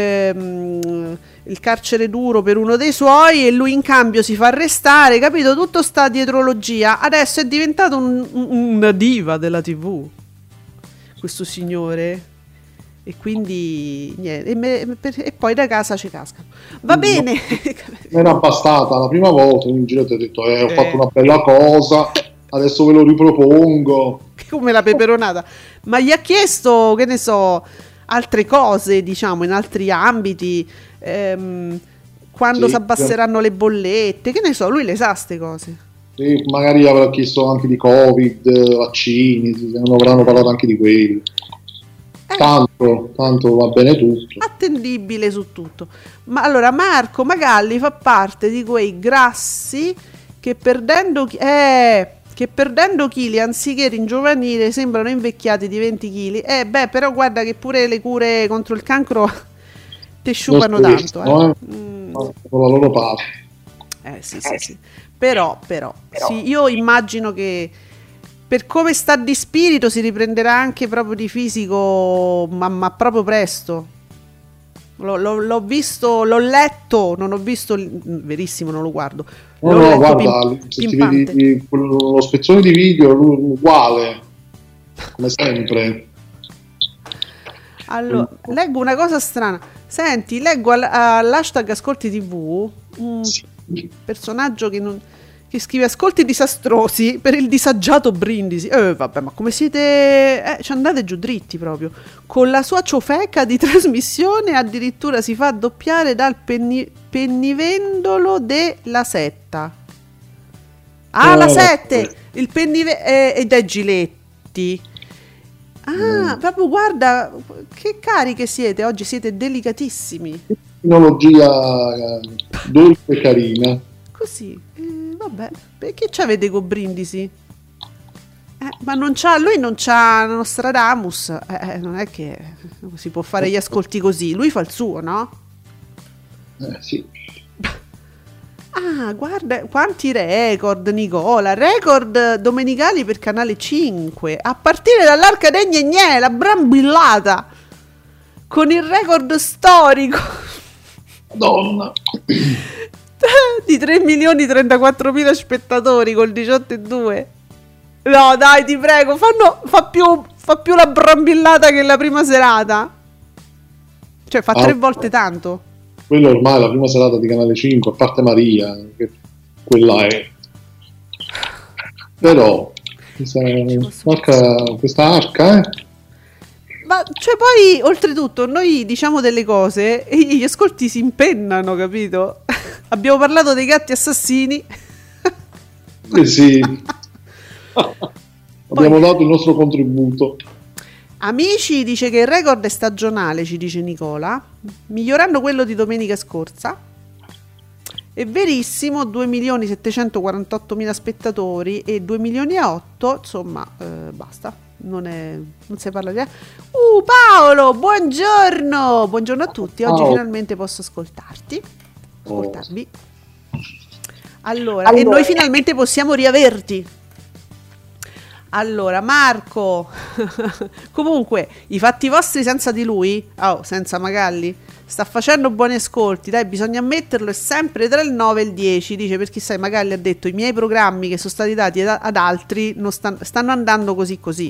ehm, il carcere duro per uno dei suoi e lui in cambio si fa arrestare, capito? Tutto sta dietrologia. Adesso è diventato un- un- una diva della tivù questo signore. E quindi niente, e, me- per- e poi da casa ci cascano. Va bene. Mi era bastata la prima volta, in giro ti ho detto eh, ho Eh. fatto una bella cosa, adesso ve lo ripropongo. Come la peperonata. Ma gli ha chiesto, che ne so, altre cose, diciamo, in altri ambiti, ehm, quando Sì, si abbasseranno le bollette, che ne so, lui le sa ste cose. Sì, magari avrà chiesto anche di Covid, vaccini, se non avranno parlato anche di quelli. Eh. Tanto, tanto va bene tutto. Attendibile su tutto. Ma allora Marco Magalli fa parte di quei grassi che perdendo chi- eh, che perdendo chili anziché ringiovanire sembrano invecchiati di venti chili. Eh beh, però guarda che pure le cure contro il cancro te sciupano Lo tanto, eh. stesso, Mm. Con la loro parte. Eh sì, sì, sì. Però, però, sì, io immagino che per come sta di spirito si riprenderà anche proprio di fisico, ma, ma proprio presto. L'ho, l'ho- l'ho visto, l'ho letto, non ho visto, il- verissimo, non lo guardo. No, L'ho no, letto guarda, pim- se ti pimpante. vedi quello- lo spezzone di video lui- uguale, come sempre. Allora, leggo una cosa strana. Senti, leggo al- all'hashtag Ascolti tivù un personaggio che, non, che scrive ascolti disastrosi per il disagiato Brindisi. Eh, vabbè, ma come siete... Eh, ci andate giù dritti proprio. Con la sua ciofeca di trasmissione addirittura si fa doppiare dal penni- pennivendolo della Setta. Ah, Oh, la Sette! Il pennive... e dai Giletti. Ah, proprio guarda, che cariche siete oggi, siete delicatissimi. Tecnologia eh, dolce e carina. Così, eh, vabbè, perché ci avete con Brindisi? Eh, ma non c'ha, lui non c'ha Nostradamus, eh, eh, non è che si può fare gli ascolti così, lui fa il suo, no? Eh, sì. Ah, guarda, quanti record, Nicola, record domenicali per Canale cinque, a partire dall'Arca dei Gnegnè, la brambillata, con il record storico Madonna. di tre milioni trentaquattromila spettatori col diciotto virgola due. No, dai, ti prego, fanno, fa, più, fa più la brambillata che la prima serata. Cioè, fa Ah, tre volte tanto. Quello ormai è la prima serata di Canale cinque, a parte Maria, che quella è. Però questa, posso arca, questa arca, eh? Ma cioè poi oltretutto noi diciamo delle cose e gli ascolti si impennano, capito? Abbiamo parlato dei gatti assassini. Eh sì. Abbiamo dato il nostro contributo. Amici dice che il record è stagionale, ci dice Nicola, migliorando quello di domenica scorsa. È verissimo, due milioni settecentoquarantottomila spettatori e due milioni e otto, insomma, eh, basta, non, è, non si parla di... Uh, Paolo, buongiorno! Buongiorno a tutti, oggi Ciao. finalmente posso ascoltarti, ascoltarvi. Allora, Allora. e noi finalmente possiamo riaverti. Allora, Marco, comunque, i fatti vostri senza di lui, oh, senza Magalli, sta facendo buoni ascolti, dai, bisogna ammetterlo, è sempre tra il nove e il dieci, dice, perché sai, Magalli ha detto, i miei programmi che sono stati dati ad, ad altri non stan- stanno andando così così.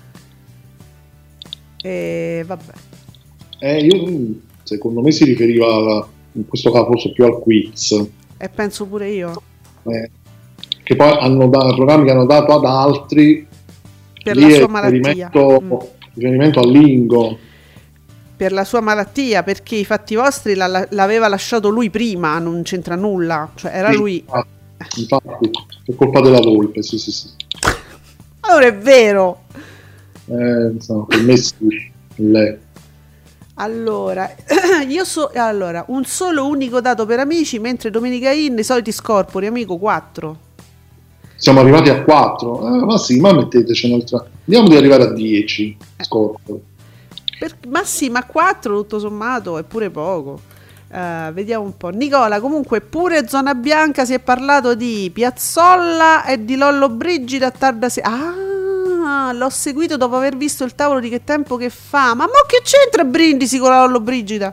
E vabbè. Eh, io, secondo me si riferiva in questo caso forse più al quiz. E penso pure io. Eh, che poi hanno dato programmi che hanno dato ad altri Per lì la è sua malattia. riferimento, Mm. riferimento al lingo. Per la sua malattia, perché i fatti vostri la- l'aveva lasciato lui prima, non c'entra nulla, cioè era Sì, lui. infatti, infatti, è colpa della volpe, sì sì sì. Allora è vero. Eh, insomma, per me sì, lei. Allora, io so allora, un solo unico dato per amici, mentre Domenica In i soliti scorpori, amico quattro. Siamo arrivati a quattro, eh, ma sì, ma metteteci un'altra. Vediamo di arrivare a dieci. Scorpo. Per, ma sì, ma quattro tutto sommato è pure poco. Eh, vediamo un po'. Nicola, comunque pure Zona Bianca si è parlato di Piazzolla e di Lollo Brigida a tarda sera. Ah, l'ho seguito dopo aver visto il tavolo di Che tempo che fa. Ma mo che c'entra Brindisi con la Lollo Brigida?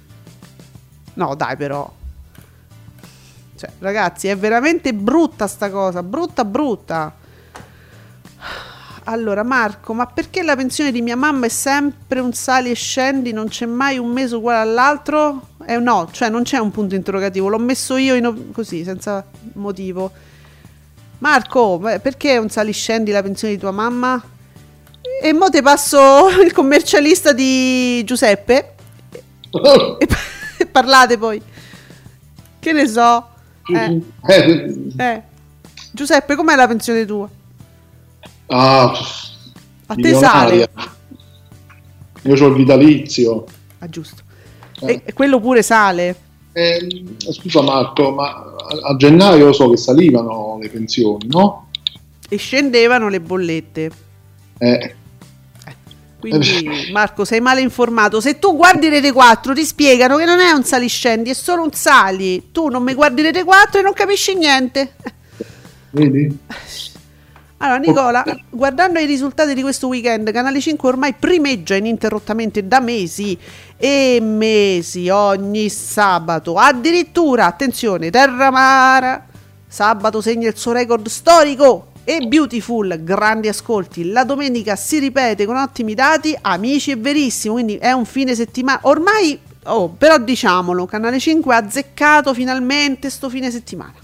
No, dai, però. Cioè, ragazzi, è veramente brutta sta cosa, brutta brutta. Allora, Marco, ma perché la pensione di mia mamma è sempre un sali e scendi, non c'è mai un mese uguale all'altro? Eh no, cioè non c'è un punto interrogativo, l'ho messo io in, così, senza motivo. Marco, beh, perché è un sali e scendi la pensione di tua mamma? E mo te passo il commercialista di Giuseppe e, e parlate poi. Che ne so. Eh, Eh, eh. Giuseppe, com'è la pensione tua? ah, A te milionaria. sale. Io c'ho il vitalizio. Ah, giusto. Eh. E, e quello pure sale. Eh, scusa Marco, ma a, a gennaio so che salivano le pensioni, no? E scendevano le bollette. Eh, Quindi Marco sei male informato. Se tu guardi Rete quattro ti spiegano che non è un saliscendi, è solo un sali. Tu non mi guardi Rete quattro e non capisci niente. vedi? Allora Nicola, guardando i risultati di questo weekend, Canale cinque ormai primeggia ininterrottamente da mesi e mesi ogni sabato. Addirittura, attenzione, Terra Mara sabato segna il suo record storico e Beautiful, grandi ascolti. La domenica si ripete con ottimi dati, amici, è verissimo, quindi è un fine settimana. Ormai, oh, però diciamolo, Canale cinque ha azzeccato finalmente sto fine settimana.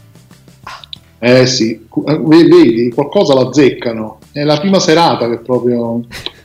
Eh sì, vedi, qualcosa la azzeccano. È la prima serata che proprio...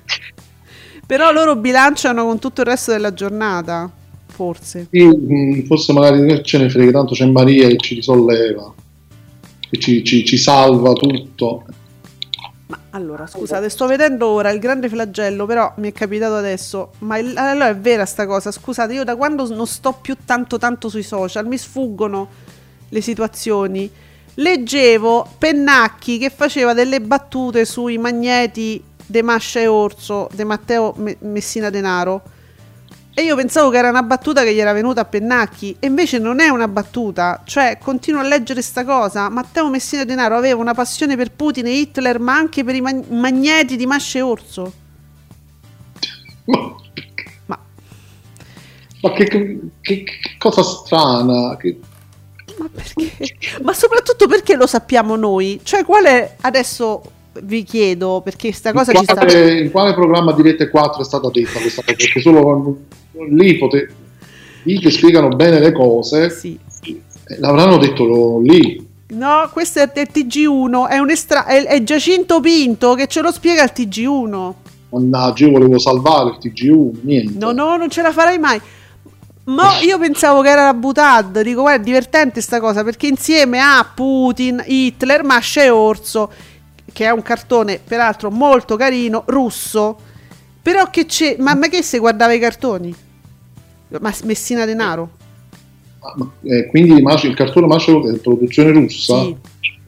Però loro bilanciano con tutto il resto della giornata, forse. Sì, forse magari ce ne frega, tanto c'è Maria che ci risolleva, che ci, ci, ci salva tutto. Ma allora, scusate, sto vedendo ora il grande flagello, però mi è capitato adesso. Ma il- allora è vera sta cosa, scusate, io da quando non sto più tanto tanto sui social, mi sfuggono le situazioni. Leggevo Pennacchi che faceva delle battute sui magneti De Mascia e Orso, De Matteo Me- Messina Denaro, e io pensavo che era una battuta che gli era venuta a Pennacchi, e invece non è una battuta. Cioè, continuo a leggere sta cosa. Matteo Messina Denaro aveva una passione per Putin e Hitler, ma anche per i man- magneti di Mascia e Orso. Ma, Ma ma che, che- che cosa strana, che... Ma perché? Ma soprattutto perché lo sappiamo noi? Cioè, qual è, adesso vi chiedo, perché sta cosa in, ci sta... quale, in quale programma di Rete quattro è stata detta questa cosa? Perché solo lì, pote, lì che spiegano bene le cose, Sì. eh, l'avranno detto lo- lì. No, questo è del T G uno, è un estra... è, è Giacinto Pinto che ce lo spiega il T G uno. Mannaggia, io volevo salvare il T G uno, niente. No, no, non ce la farai mai. Ma io pensavo che era la Butad. Dico, guarda, è divertente sta cosa, perché insieme a Putin, Hitler, Mascia e Orso, che è un cartone peraltro molto carino, russo, però che c'è, ma, ma che se guardava i cartoni? Ma Messina Denaro? Ah, ma, eh, quindi Mascia- il cartone Mascia è produzione russa? Sì.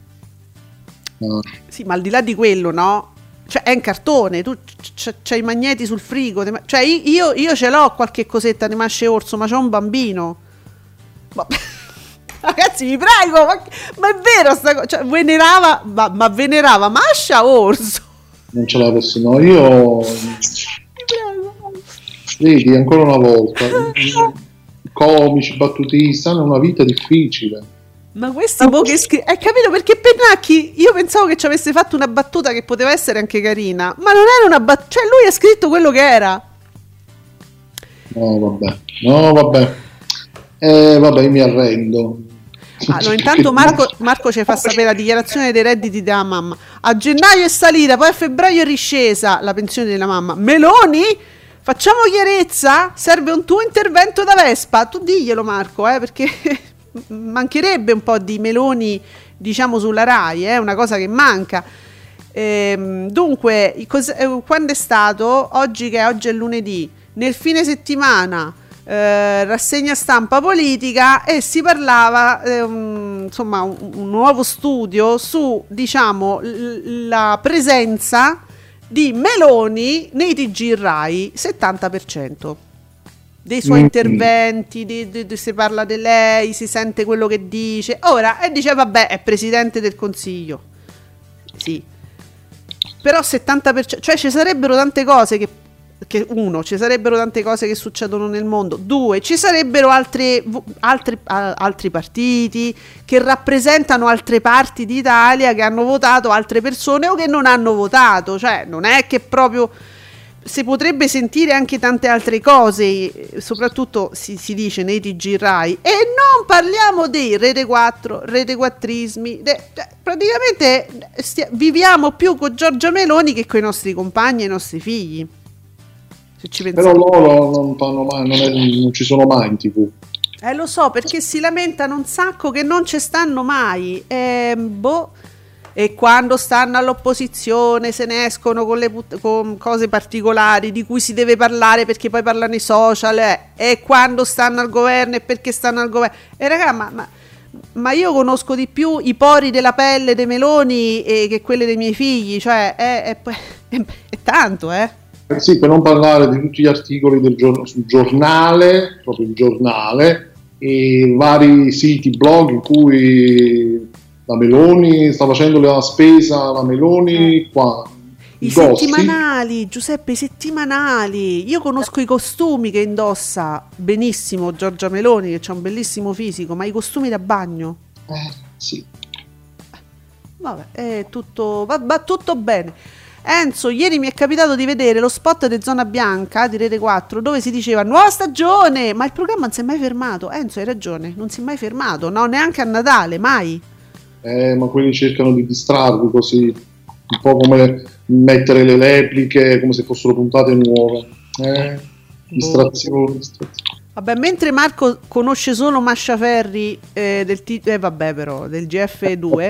Ah. Sì, ma al di là di quello, no? Cioè è un cartone, tu c- c'hai i magneti sul frigo, te- cioè io, io ce l'ho qualche cosetta di Mascia e Orso, ma c'ho un bambino. Ma- ragazzi, vi prego, ma, ma è vero sta cosa? Cioè, venerava, ma, ma venerava Mascia o Orso? Non ce la posso, no, io... Vi prego. Vedi, ancora una volta, comici, battutisti, hanno una vita difficile. Ma questi po' che scri- hai capito perché Pennacchi io pensavo che ci avesse fatto una battuta che poteva essere anche carina, ma non era una battuta, cioè lui ha scritto quello che era. No, vabbè, no, vabbè. Eh, vabbè, io mi arrendo. Allora, intanto Marco, Marco ci fa sapere la dichiarazione dei redditi della mamma. A gennaio è salita, poi a febbraio è riscesa la pensione della mamma. Meloni? Facciamo chiarezza? Serve un tuo intervento da Vespa. Tu diglielo, Marco, eh, perché mancherebbe un po' di Meloni, diciamo, sulla Rai, è eh, una cosa che manca. Ehm, dunque, cos- eh, quando è stato? Oggi che è, oggi è lunedì, nel fine settimana, eh, rassegna stampa politica, e si parlava, eh, un, insomma, un, un nuovo studio su, diciamo, l- la presenza di Meloni nei T G Rai, settanta per cento. Dei suoi mm. interventi, di, di, di, si parla di lei, si sente quello che dice. Ora, e dice, vabbè, è presidente del Consiglio. Sì. Però settanta per cento, cioè ci sarebbero tante cose che, che uno, ci sarebbero tante cose che succedono nel mondo. Due, ci sarebbero altre, altri, altri partiti che rappresentano altre parti d'Italia che hanno votato altre persone o che non hanno votato. Cioè, non è che proprio... si potrebbe sentire anche tante altre cose, soprattutto si, si dice nei T G Rai, e non parliamo di Rete quattro, Rete quattrismi, de, de, praticamente stia, viviamo più con Giorgia Meloni che con i nostri compagni e i nostri figli. Se ci Però loro non fanno mai, non, è, non ci sono mai in tivù. Eh, lo so, perché si lamentano un sacco che non ci stanno mai. Eh, boh. E quando stanno all'opposizione se ne escono con, le put- con cose particolari di cui si deve parlare perché poi parlano i social, eh. E quando stanno al governo e perché stanno al governo. E raga, ma, ma, ma io conosco di più i pori della pelle dei Meloni e che quelle dei miei figli, cioè è, è, è, è tanto, eh. Eh sì, per non parlare di tutti gli articoli del giorno, sul giornale, proprio il giornale, e vari siti, blog in cui la Meloni sta facendo la spesa, la Meloni qua. I Gossi. settimanali, Giuseppe, i settimanali. Io conosco i costumi che indossa benissimo Giorgia Meloni, che c'ha un bellissimo fisico, ma i costumi da bagno? Eh, sì. Vabbè, è tutto, va, va tutto bene. Enzo, ieri mi è capitato di vedere lo spot di Zona Bianca di Rete quattro dove si diceva nuova stagione, ma il programma non si è mai fermato. Enzo, hai ragione, non si è mai fermato, no, neanche a Natale, mai. Eh, ma quelli cercano di distrarvi così, un po' come mettere le repliche come se fossero puntate nuove. Eh, distrazione, distrazione. Vabbè, mentre Marco conosce solo Mascia Ferri eh, del, T- eh, vabbè, però, del G F due.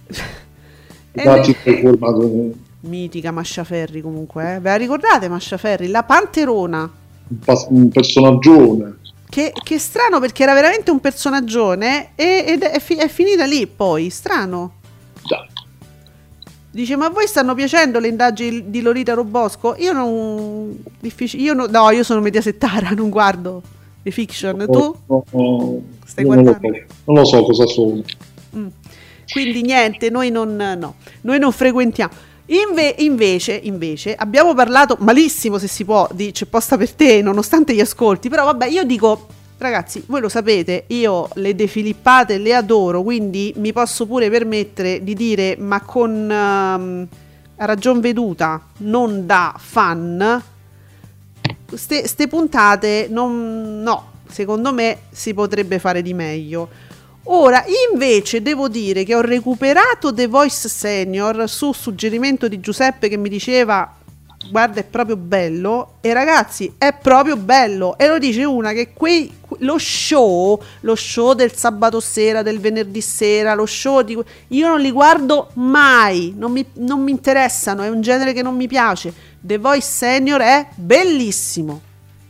le... Mitica Mascia Ferri comunque, eh? Ve la ricordate Mascia Ferri? La Panterona. Un, pas- un personaggione. Che, che strano, perché era veramente un personaggione e, ed è, fi- è finita lì poi, strano. Già. Dice, ma a voi stanno piacendo le indagini di Lolita Robosco? Io non... difficile, io no, no, io sono mediasettara, non guardo le fiction. Tu? No, no, Stai non guardando? Lo so, non lo so cosa sono. Mm. Quindi niente, noi non, no, noi non frequentiamo. Inve- invece, invece abbiamo parlato malissimo, se si può, di C'è posta per te, nonostante gli ascolti, però vabbè, io dico, ragazzi, voi lo sapete, io le De Filippate le adoro, quindi mi posso pure permettere di dire, ma con um, a ragion veduta, non da fan, ste, ste puntate non, no, secondo me si potrebbe fare di meglio. Ora, invece, devo dire che ho recuperato The Voice Senior su suggerimento di Giuseppe, che mi diceva guarda, è proprio bello. E ragazzi, è proprio bello. E lo dice una che quei, lo show, lo show del sabato sera, del venerdì sera, lo show di, io non li guardo mai, non mi, non mi interessano, è un genere che non mi piace. The Voice Senior è bellissimo,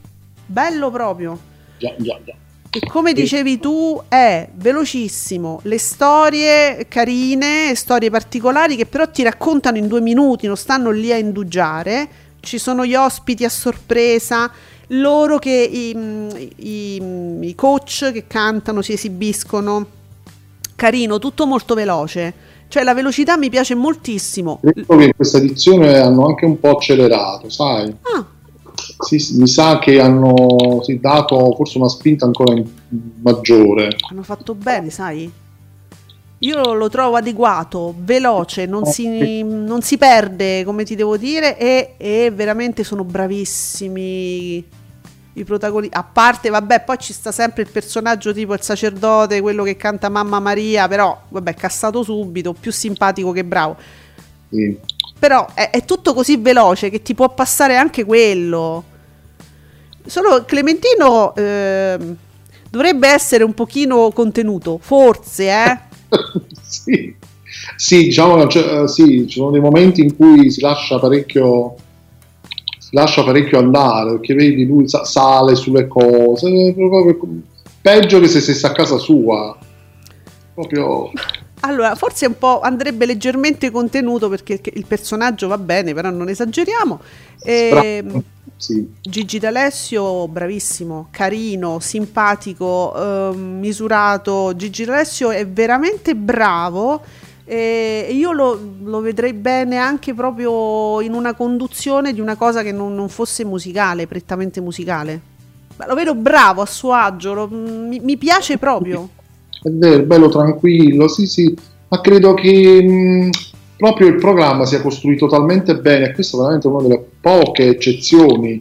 bello proprio. Già, già, già. E come dicevi tu, è velocissimo, le storie carine, storie particolari che però ti raccontano in due minuti, non stanno lì a indugiare. Ci sono gli ospiti a sorpresa, loro che i, i, i coach che cantano, si esibiscono, carino, tutto molto veloce, cioè la velocità mi piace moltissimo. Credo che in questa edizione hanno anche un po' accelerato, sai? Ah. Sì, sì, mi sa che hanno sì, dato forse una spinta ancora in, maggiore. Hanno fatto bene, sai? Io lo trovo adeguato, veloce, non si, non si perde, come ti devo dire, e, e veramente sono bravissimi i protagonisti. A parte, vabbè, poi ci sta sempre il personaggio tipo il sacerdote, quello che canta Mamma Maria, però, vabbè, cassato subito, più simpatico che bravo. Sì. Però è, è tutto così veloce che ti può passare anche quello. Solo Clementino eh, dovrebbe essere un pochino contenuto, forse, eh? sì. Sì, diciamo, cioè, sì, ci sono dei momenti in cui si lascia parecchio si lascia parecchio andare, perché vedi lui sa- sale sulle cose, proprio, peggio che se stesse a casa sua. Proprio... Allora, forse un po' andrebbe leggermente contenuto, perché il personaggio va bene, però non esageriamo. E, sì. Gigi D'Alessio, bravissimo, carino, simpatico, eh, misurato. Gigi D'Alessio è veramente bravo e io lo, lo vedrei bene anche proprio in una conduzione di una cosa che non, non fosse musicale, prettamente musicale. Ma lo vedo bravo, a suo agio, lo, mi, mi piace proprio. È vero, bello tranquillo, sì sì, ma credo che mh, proprio il programma sia costruito talmente bene, e questa è veramente una delle poche eccezioni,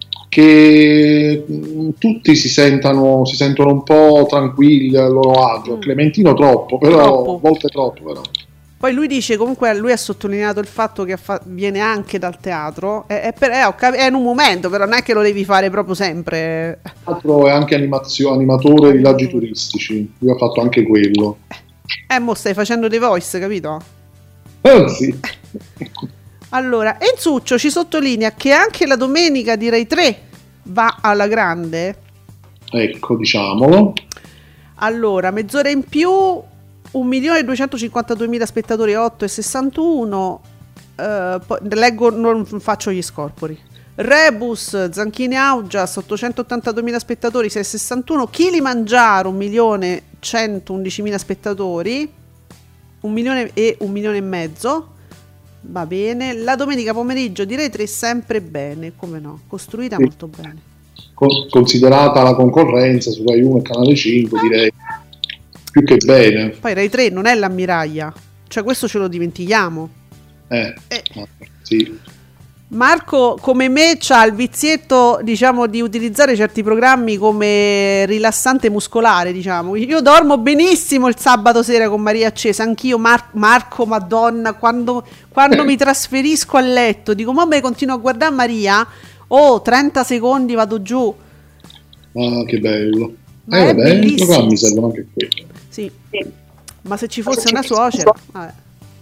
che mh, tutti si sentano, si sentono un po' tranquilli a loro agio. mm. Clementino troppo, però Troppo. a volte troppo però. Poi lui dice, comunque lui ha sottolineato il fatto che fa- viene anche dal teatro, è, è, per, è, ho cap- è in un momento, però non è che lo devi fare proprio sempre. Tra l'altro è anche animazio- animatore di villaggi turistici, lui ha fatto anche quello. Eh, mo stai facendo The Voice, capito? Eh sì. Allora, Enzuccio ci sottolinea che anche la domenica di Rai tre va alla grande. Ecco, diciamolo. Allora, mezz'ora in più, un milione duecentocinquantaduemila spettatori, otto virgola sessantuno. Uh, poi, leggo, non faccio gli scorpori. Rebus, Zanchini Augias, ottocentottantaduemila spettatori, sei virgola sessantuno. Kilimangiaro, un milione centoundicimila spettatori, un milione e un milione e mezzo. Va bene. La domenica pomeriggio di Rai tre sempre bene, come no, costruita sì. molto bene. Con- considerata la concorrenza su Rai uno e Canale cinque, direi più che bene. Poi Rai tre non è l'ammiraglia, cioè questo ce lo dimentichiamo. Eh, Eh. sì. Marco, come me, c'ha il vizietto, diciamo, di utilizzare certi programmi come rilassante muscolare, diciamo. Io dormo benissimo il sabato sera con Maria accesa, anch'io, Mar- Marco, madonna, quando, quando mi trasferisco a letto, dico, mamma, continuo a guardare Maria, oh, trenta secondi vado giù. Ah, che bello. Ma eh, è vabbè, i bellissimo. programmi servono anche quello. Sì, ma se ci fosse una suocera, vabbè.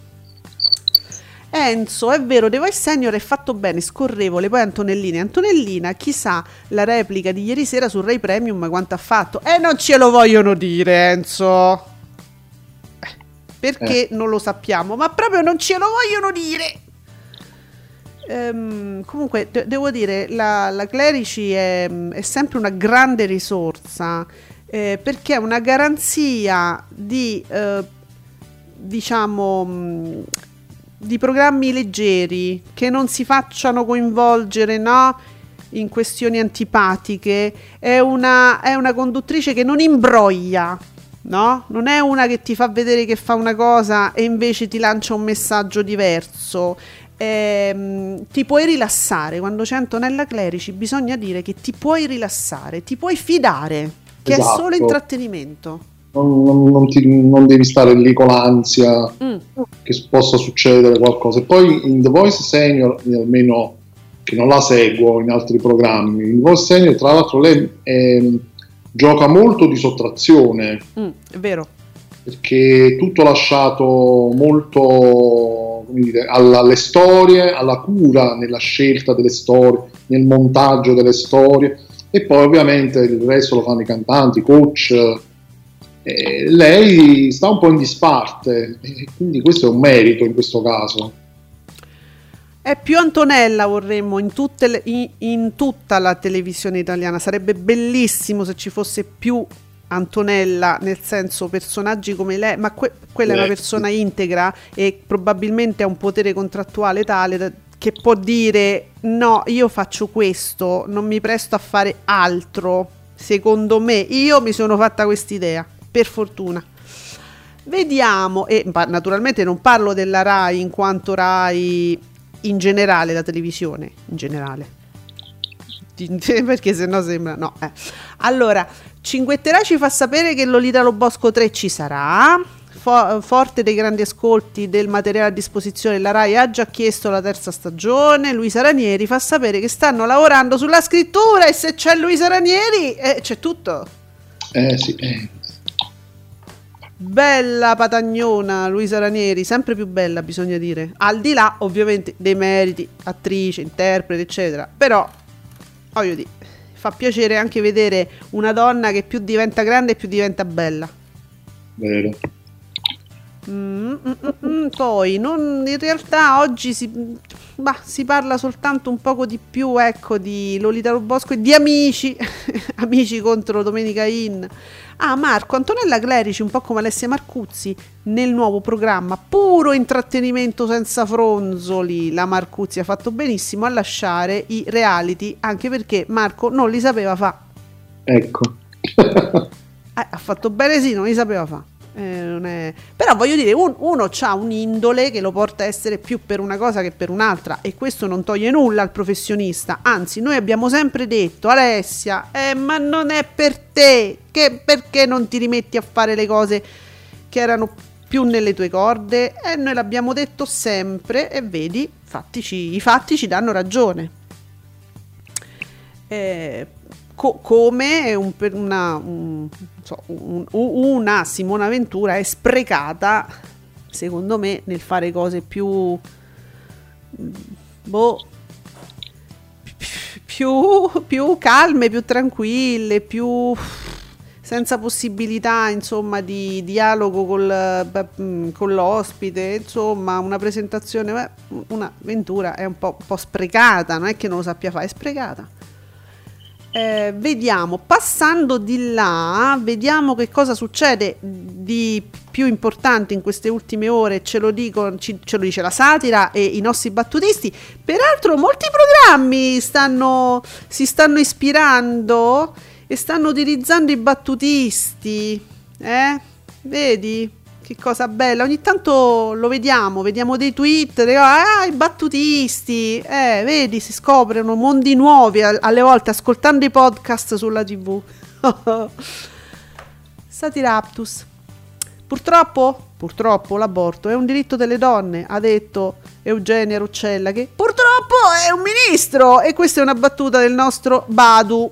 Enzo, è vero, The Voice Senior è fatto bene, scorrevole. Poi Antonellina, Antonellina, chissà la replica di ieri sera su Rai Premium quanto ha fatto. E eh, non ce lo vogliono dire, Enzo, eh, perché eh. non lo sappiamo, ma proprio non ce lo vogliono dire. Ehm, comunque de- devo dire, la, la Clerici è, è sempre una grande risorsa, eh, perché è una garanzia di eh, diciamo mh, di programmi leggeri che non si facciano coinvolgere, no, in questioni antipatiche. È una, è una conduttrice che non imbroglia, no? Non è una che ti fa vedere che fa una cosa e invece ti lancia un messaggio diverso. Ehm, ti puoi rilassare. Quando c'è Antonella Clerici bisogna dire che ti puoi rilassare, ti puoi fidare, che esatto. è solo intrattenimento. Non, non, non, ti, non devi stare lì con l'ansia mm. che possa succedere qualcosa. E poi in The Voice Senior, almeno che non la seguo in altri programmi. Il Voice Senior, tra l'altro, lei eh, gioca molto di sottrazione, Mm, è vero. perché è tutto lasciato molto, come dire, alla- alle storie, alla cura nella scelta delle storie, nel montaggio delle storie, e poi ovviamente il resto lo fanno i cantanti, i coach. Eh, lei sta un po' in disparte, e quindi questo è un merito in questo caso. È più Antonella vorremmo in, tutte le- in, in tutta la televisione italiana. Sarebbe bellissimo se ci fosse più Antonella, nel senso personaggi come lei, ma que- quella è una Eh, persona integra e probabilmente ha un potere contrattuale tale da- che può dire no, io faccio questo, non mi presto a fare altro. Secondo me, io mi sono fatta quest'idea, per fortuna. Vediamo, e pa- naturalmente non parlo della Rai in quanto Rai in generale, la televisione in generale, perché sennò sembra no eh. Allora, Cinguetterà ci fa sapere che Lolita Lo Bosco tre ci sarà. Fo- forte dei grandi ascolti del materiale a disposizione, la Rai ha già chiesto la terza stagione. Luisa Ranieri fa sapere che stanno lavorando sulla scrittura, e se c'è Luisa Ranieri eh, c'è tutto. Eh sì, eh. Bella patagnona Luisa Ranieri, sempre più bella bisogna dire, al di là ovviamente dei meriti, attrice, interprete eccetera, però voglio dire, fa piacere anche vedere una donna che più diventa grande e più diventa bella. Vero. Mm, mm, mm, mm. Poi non, in realtà oggi si, bah, si parla soltanto un poco di più, ecco, di Lolita Lo Bosco e di Amici Amici contro Domenica In. Ah, Marco Antonella Clerici, un po' come Alessia Marcuzzi nel nuovo programma puro intrattenimento senza fronzoli. La Marcuzzi ha fatto benissimo a lasciare i reality, anche perché Marco non li sapeva fa. Ecco. Eh, ha fatto bene, sì, non li sapeva fa. Eh, non è... Però voglio dire, un- uno ha un'indole che lo porta a essere più per una cosa che per un'altra, e questo non toglie nulla al professionista. Anzi, noi abbiamo sempre detto, Alessia, eh, ma non è per te, che perché non ti rimetti a fare le cose che erano più nelle tue corde? E noi l'abbiamo detto sempre, e vedi, fatti ci- i fatti ci danno ragione. Eh, co- come un, per una, un- so, un- una Simona Ventura è sprecata, secondo me, nel fare cose più boh più, più calme, più tranquille, più senza possibilità, insomma, di dialogo col, beh, con l'ospite, insomma, una presentazione, beh, una Ventura è un po', un po' sprecata, non è che non lo sappia fare, è sprecata. Eh, vediamo, passando di là, vediamo che cosa succede di più importante in queste ultime ore. Ce lo, dico, ci- ce lo dice la satira e i nostri battutisti. Peraltro molti programmi stanno, si stanno ispirando e stanno utilizzando i battutisti, eh? Vedi? Che cosa bella, ogni tanto lo vediamo, vediamo dei tweet, dei- ah, i battutisti, eh, vedi, si scoprono mondi nuovi a- alle volte ascoltando i podcast sulla tivù. Satiraptus. Purtroppo, purtroppo l'aborto è un diritto delle donne, ha detto Eugenia Roccella, che purtroppo è un ministro, e questa è una battuta del nostro Badu.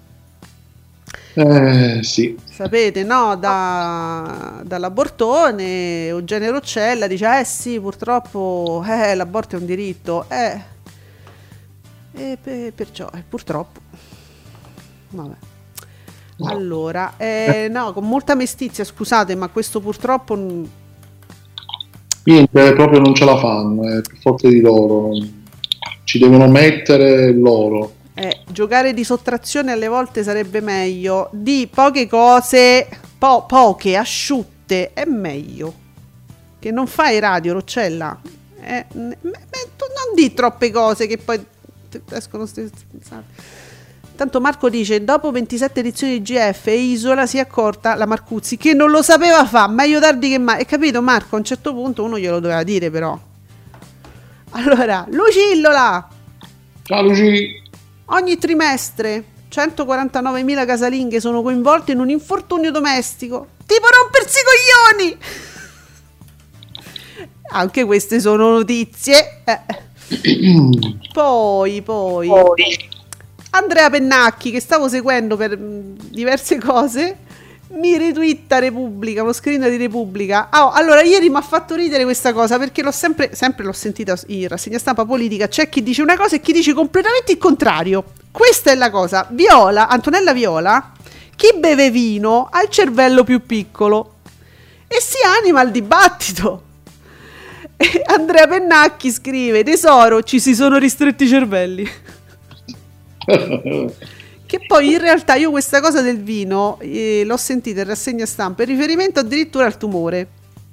Eh sì. Sapete, no? Da, dall'abortone Eugenio Roccella dice: eh sì, purtroppo eh, l'aborto è un diritto. Eh, e pe- perciò, eh, purtroppo. Vabbè. Allora, eh, no, con molta mestizia, scusate, ma questo purtroppo n- Niente, proprio non ce la fanno, è più forte di loro. Ci devono mettere loro. eh, giocare di sottrazione alle volte sarebbe meglio. Di poche cose, po- poche, asciutte, è meglio. Che non fai radio, Roccella. Eh, m- m- tu non di troppe cose che poi ti escono ste- ste- Tanto Marco dice: dopo ventisette edizioni di G F e Isola si è accorta la Marcuzzi che non lo sapeva fa, meglio tardi che mai. E capito, Marco? A un certo punto uno glielo doveva dire, però. Allora, Lucillola, Ciao Luci. ogni trimestre centoquarantanovemila casalinghe sono coinvolte in un infortunio domestico, tipo rompersi i coglioni. Anche queste sono notizie. Eh. Poi, poi, Andrea Pennacchi, che stavo seguendo per mh, diverse cose, mi retweetta Repubblica, uno screen di Repubblica. Oh, allora, ieri mi ha fatto ridere questa cosa, perché l'ho sempre, sempre l'ho sentita in rassegna stampa politica. C'è chi dice una cosa e chi dice completamente il contrario. Questa è la cosa. Viola, Antonella Viola, chi beve vino ha il cervello più piccolo e si anima al dibattito. E Andrea Pennacchi scrive: tesoro, ci si sono ristretti i cervelli. Che poi in realtà io questa cosa del vino eh, l'ho sentita in rassegna stampa in riferimento addirittura al tumore.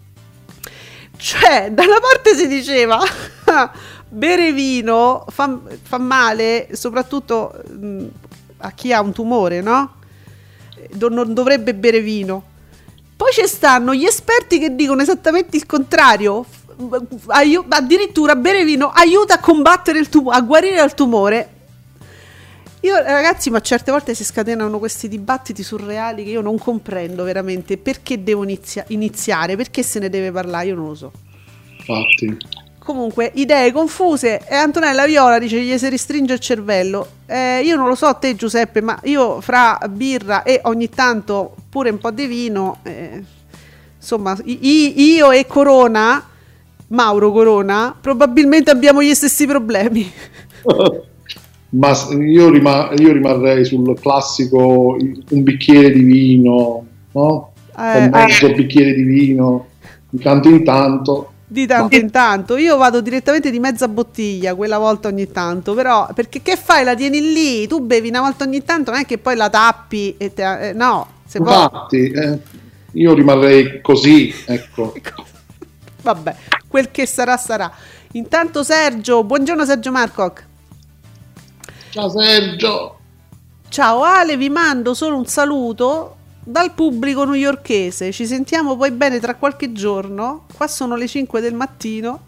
Cioè, da una parte si diceva bere vino fa, fa male soprattutto mh, a chi ha un tumore, no? Do, non dovrebbe bere vino. Poi ci stanno gli esperti che dicono esattamente il contrario. Aiu- addirittura bere vino aiuta a combattere il tumore, a guarire dal tumore. Io, ragazzi, ma certe volte si scatenano questi dibattiti surreali che io non comprendo veramente perché devo inizia- iniziare, perché se ne deve parlare, io non lo so. Infatti. Comunque, idee confuse. E Antonella Viola dice gli si restringe il cervello. Eh, io non lo so a te, Giuseppe, ma io fra birra e ogni tanto pure un po' di vino, eh, insomma, i- io e Corona, Mauro Corona, probabilmente abbiamo gli stessi problemi. Ma io, rima- io rimarrei sul classico un bicchiere di vino, no? Eh, Un mezzo bicchiere di vino di tanto in tanto. Di tanto Ma- in tanto. Io vado direttamente di mezza bottiglia, quella volta ogni tanto. Però, perché che fai? La tieni lì, tu bevi una volta ogni tanto, non è che poi la tappi e te, eh, no, se può. Infatti, eh, io rimarrei così, ecco. Vabbè, quel che sarà sarà. Intanto Sergio, buongiorno Sergio Marcoc. Ciao Sergio. Ciao Ale, vi mando solo un saluto dal pubblico newyorkese. Ci sentiamo poi bene tra qualche giorno. Qua sono le cinque del mattino.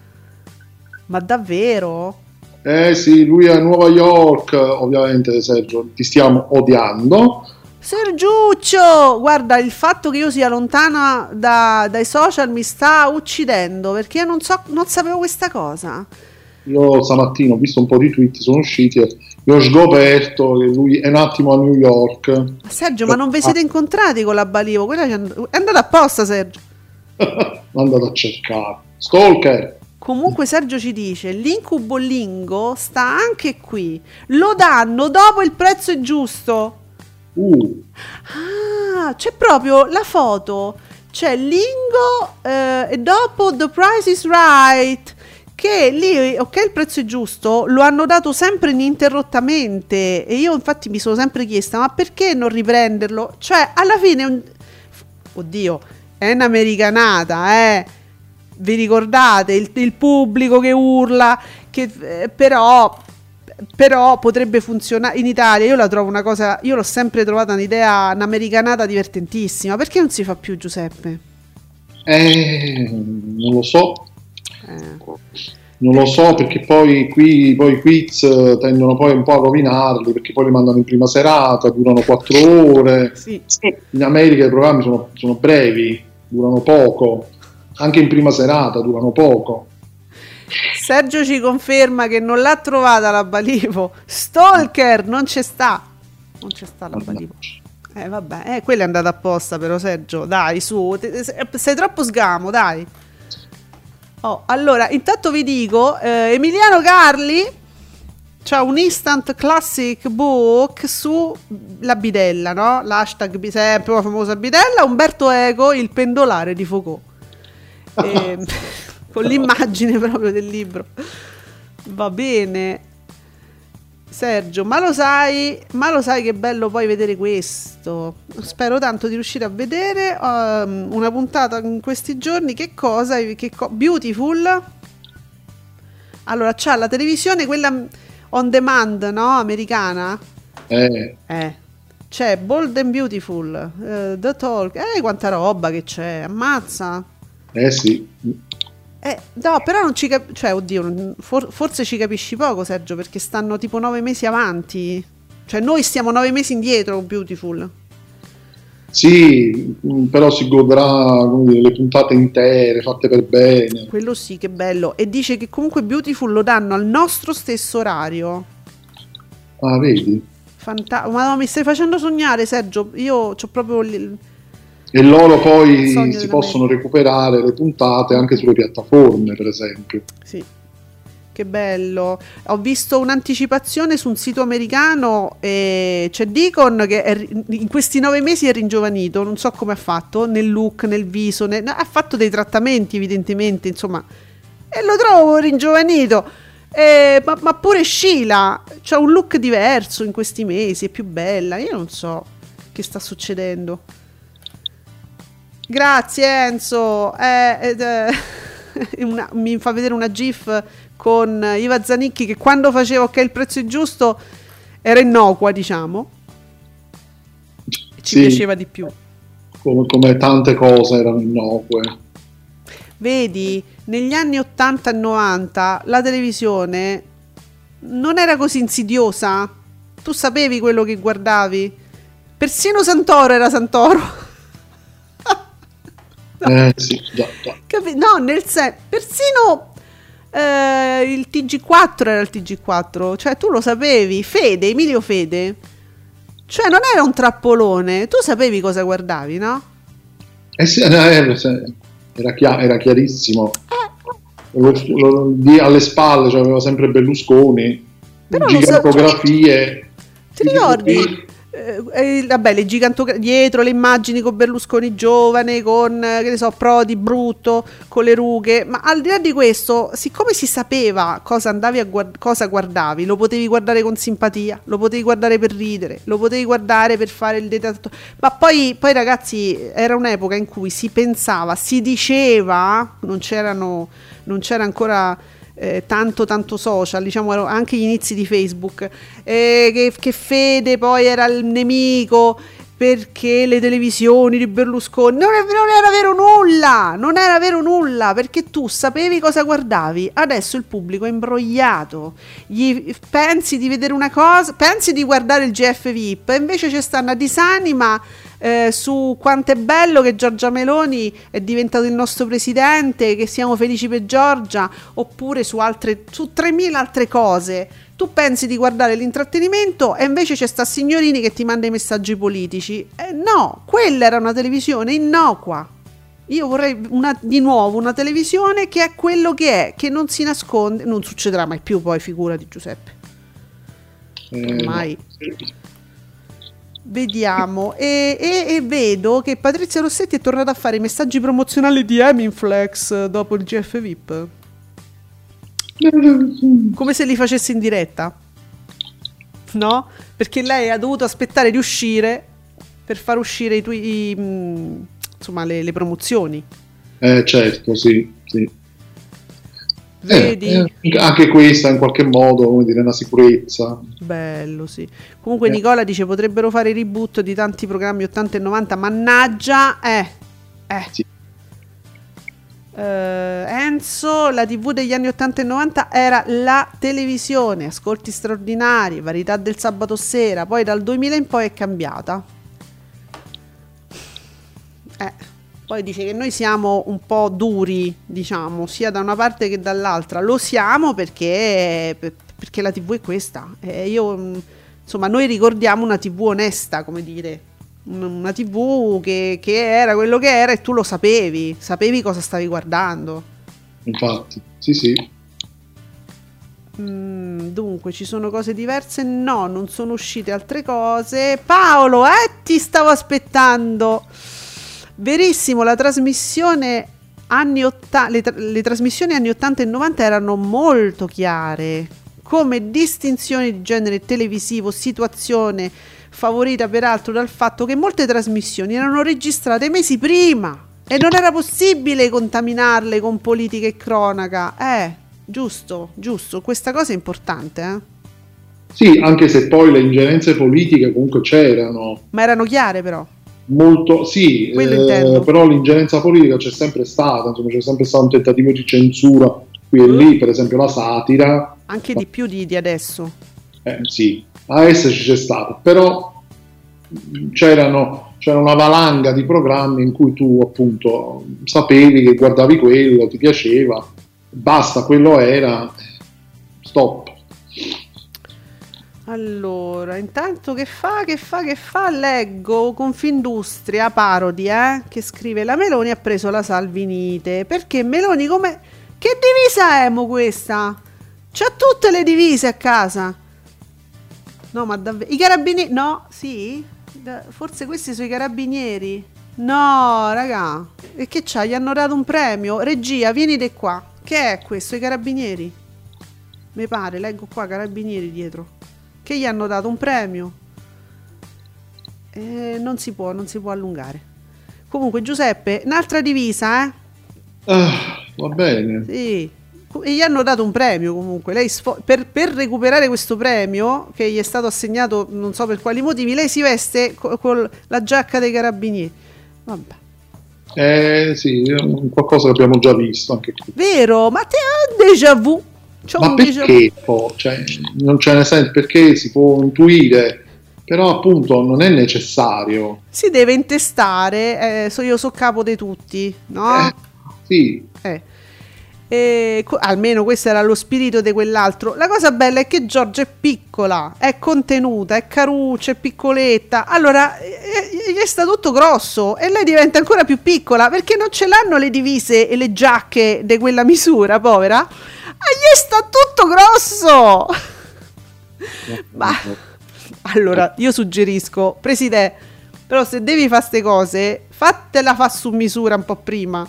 Ma davvero? Eh sì, lui è a Nuova York, ovviamente Sergio, ti stiamo odiando. Sergiuccio, guarda, il fatto che io sia lontana da- dai social mi sta uccidendo, perché io non so, non sapevo questa cosa. Io stamattina ho visto un po' di tweet, sono usciti e io ho scoperto che lui è un attimo a New York. Sergio, ma non vi siete incontrati con la Balivo? Quella che è and- è andata apposta, Sergio. L'ho andato a cercare. Stalker. Comunque Sergio ci dice: l'incubo lingo sta anche qui, lo danno dopo il prezzo è giusto. Uh, Ah, c'è proprio la foto, c'è lingo eh, e dopo The Price is Right, che lì, ok, il prezzo è giusto, lo hanno dato sempre ininterrottamente e io infatti mi sono sempre chiesta ma perché non riprenderlo? Cioè alla fine un... oddio, è un'americanata, eh, vi ricordate il, il pubblico che urla, che eh, però però potrebbe funzionare in Italia. Io la trovo una cosa, io l'ho sempre trovata un'idea, un'americanata divertentissima. Perché non si fa più, Giuseppe? eh, non lo so. Eh. Non lo so perché poi qui poi i quiz tendono poi un po' a rovinarli perché poi li mandano in prima serata, durano quattro ore. Sì. In America i programmi sono, sono brevi, durano poco, anche in prima serata durano poco. Sergio ci conferma che non l'ha trovata la Balivo. Stalker, non c'è sta. Non c'è sta la Balivo. Eh vabbè, eh, quella è andata apposta però Sergio, dai su, te- te- sei troppo sgamo, dai. Oh, allora, intanto vi dico, eh, Emiliano Carli c'ha un instant classic book su la bidella, no? L'hashtag bi- sempre la famosa bidella, Umberto Eco, il pendolare di Foucault. Eh, con l'immagine proprio del libro. Va bene. Sergio, ma lo sai, ma lo sai che bello poi vedere questo. Spero tanto di riuscire a vedere um, una puntata in questi giorni. Che cosa? Che co- Beautiful. Allora, c'ha la televisione, quella on demand, no? Americana. Eh, Eh. C'è Bold and Beautiful, eh, The Talk. Eh, quanta roba che c'è. Ammazza. eh sì. Eh, no, però non ci capisci, cioè, oddio, non- for- forse ci capisci poco, Sergio, perché stanno tipo nove mesi avanti. Cioè, noi stiamo nove mesi indietro con Beautiful. Sì, mh, però si godrà, come dire, le puntate intere, fatte per bene. Quello sì, che bello. E dice che comunque Beautiful lo danno al nostro stesso orario. Ah, vedi? Fanta- ma no, mi stai facendo sognare, Sergio. Io ho proprio il... E loro il poi sogno si della possono me. recuperare le puntate anche sulle piattaforme, per esempio. Sì. Che bello. Ho visto un'anticipazione su un sito americano e c'è Deacon che è ri- in questi nove mesi è ringiovanito, non so come ha fatto, nel look, nel viso, nel- ha fatto dei trattamenti evidentemente, insomma, e lo trovo ringiovanito. Eh, ma, ma pure Sheila c'ha un look diverso in questi mesi, è più bella, io non so che sta succedendo. Grazie Enzo. Eh, ed, eh, una- mi fa vedere una gif con Iva Zanicchi che quando faceva Ok il prezzo è giusto era innocua, diciamo, e ci Sì, piaceva di più. come, come tante cose erano innocue. Vedi, negli anni ottanta e novanta la televisione non era così insidiosa, tu sapevi quello che guardavi, persino Santoro era Santoro. Eh sì, già, già. Capi- no, nel senso, persino eh, il T G quattro era il T G quattro, cioè tu lo sapevi, Fede, Emilio Fede, cioè non era un trappolone, tu sapevi cosa guardavi, no? Eh sì, eh, sì, era, chia- era chiarissimo. Lo- lo- di- alle spalle c'aveva sempre Berlusconi, Però lo sa- gigantografie. Ti ricordi? Eh, eh, vabbè, le gigantografie dietro, le immagini con Berlusconi giovane, con eh, che ne so, Prodi brutto, con le rughe, ma al di là di questo, siccome si sapeva cosa andavi a guard- cosa guardavi, lo potevi guardare con simpatia, lo potevi guardare per ridere, lo potevi guardare per fare il detatto. Ma poi, poi ragazzi, era un'epoca in cui si pensava, si diceva, non c'erano, non c'era ancora eh, tanto tanto social, diciamo, ero anche gli inizi di Facebook, eh, che, che Fede poi era il nemico perché le televisioni di Berlusconi non, è, non era vero nulla, non era vero nulla, perché tu sapevi cosa guardavi. Adesso il pubblico è imbrogliato, gli pensi di vedere una cosa, pensi di guardare il G F V I P e invece c'è sta una disanima eh, su quanto è bello che Giorgia Meloni è diventato il nostro presidente, che siamo felici per Giorgia, oppure su altre, su tremila altre cose. Tu pensi di guardare l'intrattenimento e invece c'è sta Signorini che ti manda i messaggi politici. Eh, no, quella era una televisione innocua. Io vorrei una, di nuovo una televisione che è quello che è, che non si nasconde. Non succederà mai più, poi, figura di Giuseppe. Eh, Ormai. no. Vediamo. E, e, e vedo che Patrizia Rossetti è tornata a fare i messaggi promozionali di Eminflex dopo il G F V I P. Come se li facesse in diretta, no? Perché lei ha dovuto aspettare di uscire per far uscire i, tu- i mh, insomma le, le promozioni. Eh certo, sì, sì. Vedi? Eh, eh, anche questa in qualche modo, come dire, una sicurezza. Bello, sì. Comunque Eh. Nicola dice potrebbero fare i reboot di tanti programmi ottanta e novanta, mannaggia, eh, eh. Sì. Eh, Enzo, la tivù degli anni ottanta e novanta era la televisione, ascolti straordinari, varietà del sabato sera, poi dal duemila in poi è cambiata. Eh, poi dice che noi siamo un po' duri, diciamo, sia da una parte che dall'altra. Lo siamo perché, per- perché la tivù è questa. E io, mh, insomma, noi ricordiamo una tivù onesta, come dire. Una tivù che, che era quello che era e tu lo sapevi, sapevi cosa stavi guardando. Infatti, sì, sì. Mm, dunque, ci sono cose diverse? No, non sono uscite altre cose. Paolo, eh, ti stavo aspettando. Verissimo, la trasmissione anni ottanta, le, tra- le trasmissioni anni ottanta e novanta erano molto chiare, come distinzioni di genere televisivo, situazione, favorita peraltro dal fatto che molte trasmissioni erano registrate mesi prima e non era possibile contaminarle con politica e cronaca. Eh, giusto, giusto, questa cosa è importante, eh? Sì, anche se poi le ingerenze politiche comunque c'erano. Ma erano chiare però. Molto, sì, Quello eh, intendo. però l'ingerenza politica c'è sempre stata, insomma, c'è sempre stato un tentativo di censura qui e lì, per esempio la satira. Anche di più di, di adesso. Eh, sì, a esserci c'è stato, però c'erano, c'era una valanga di programmi in cui tu appunto sapevi che guardavi quello, ti piaceva, basta, quello era, stop. Allora, intanto che fa, che fa, che fa? Leggo Confindustria, Parodi, eh, che scrive: la Meloni ha preso la Salvinite. Perché Meloni come... Che divisa è mo questa? C'ha tutte le divise a casa. No, ma davvero... I carabinieri... No, sì? Da- Forse questi sono i carabinieri. No, raga. E che c'ha? Gli hanno dato un premio? Regia, vienite qua. Che è questo? I carabinieri? Mi pare, leggo qua, carabinieri dietro. Che gli hanno dato un premio. Eh, non si può, non si può allungare. Comunque, Giuseppe, un'altra divisa, eh? Ah, va bene. Sì. E gli hanno dato un premio comunque. Lei sfo- per, per recuperare questo premio, che gli è stato assegnato non so per quali motivi, lei si veste co- con la giacca dei carabinieri. Vabbè. Eh sì, è un qualcosa che abbiamo già visto anche qui. Vero? Ma te ha déjà vu? C'ho Ma un déjà vu. perché? po'? Cioè, non ce ne sente, perché si può intuire, però appunto non è necessario. Si deve intestare, eh, so io so capo di tutti, no? Eh, sì. Eh. E co- almeno questo era lo spirito di quell'altro. La cosa bella è che Giorgia è piccola, è contenuta, è caruccia, è piccoletta. Allora eh, eh, gli sta tutto grosso e lei diventa ancora più piccola perché non ce l'hanno le divise e le giacche di quella misura, povera. Ah, gli sta tutto grosso. Ma allora io suggerisco, Presidente, però se devi fare ste cose, fatela fa su misura un po' prima.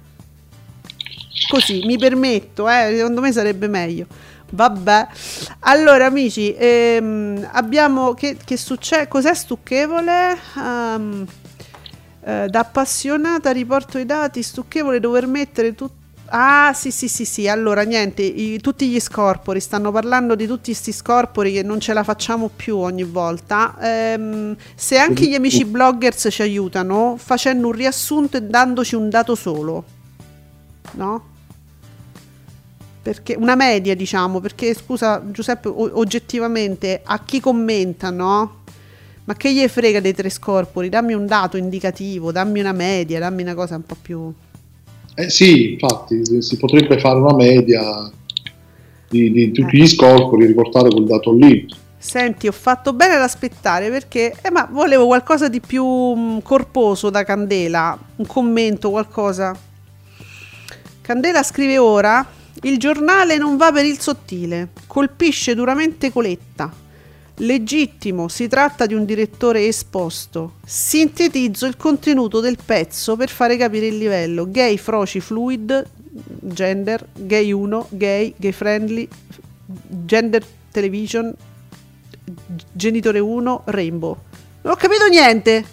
Così mi permetto, eh, secondo me sarebbe meglio. Vabbè, allora amici, ehm, abbiamo che, che succede? Cos'è stucchevole? Um, eh, da appassionata riporto i dati. Stucchevole dover mettere tutto. Ah, sì, sì, sì, sì. Allora, niente, i, tutti gli scorpori, stanno parlando di tutti sti scorpori che non ce la facciamo più ogni volta. Ehm, se anche gli amici bloggers ci aiutano, facendo un riassunto e dandoci un dato solo, no? Perché una media, diciamo, perché scusa Giuseppe, o- oggettivamente a chi commenta, no? Ma che gli frega dei tre scorpori? Dammi un dato indicativo, dammi una media, dammi una cosa un po' più... Eh sì, infatti si- si potrebbe fare una media di, di tutti gli scorpori e riportare quel dato lì. Senti, ho fatto bene ad aspettare perché eh, ma volevo qualcosa di più mh, corposo da Candela, un commento, qualcosa. Candela scrive ora: il giornale non va per il sottile, colpisce duramente Coletta. Legittimo, si tratta di un direttore esposto. Sintetizzo il contenuto del pezzo per fare capire il livello: gay, froci, fluid, gender, gay uno, gay, gay friendly, gender television, genitore uno, rainbow. Non ho capito niente.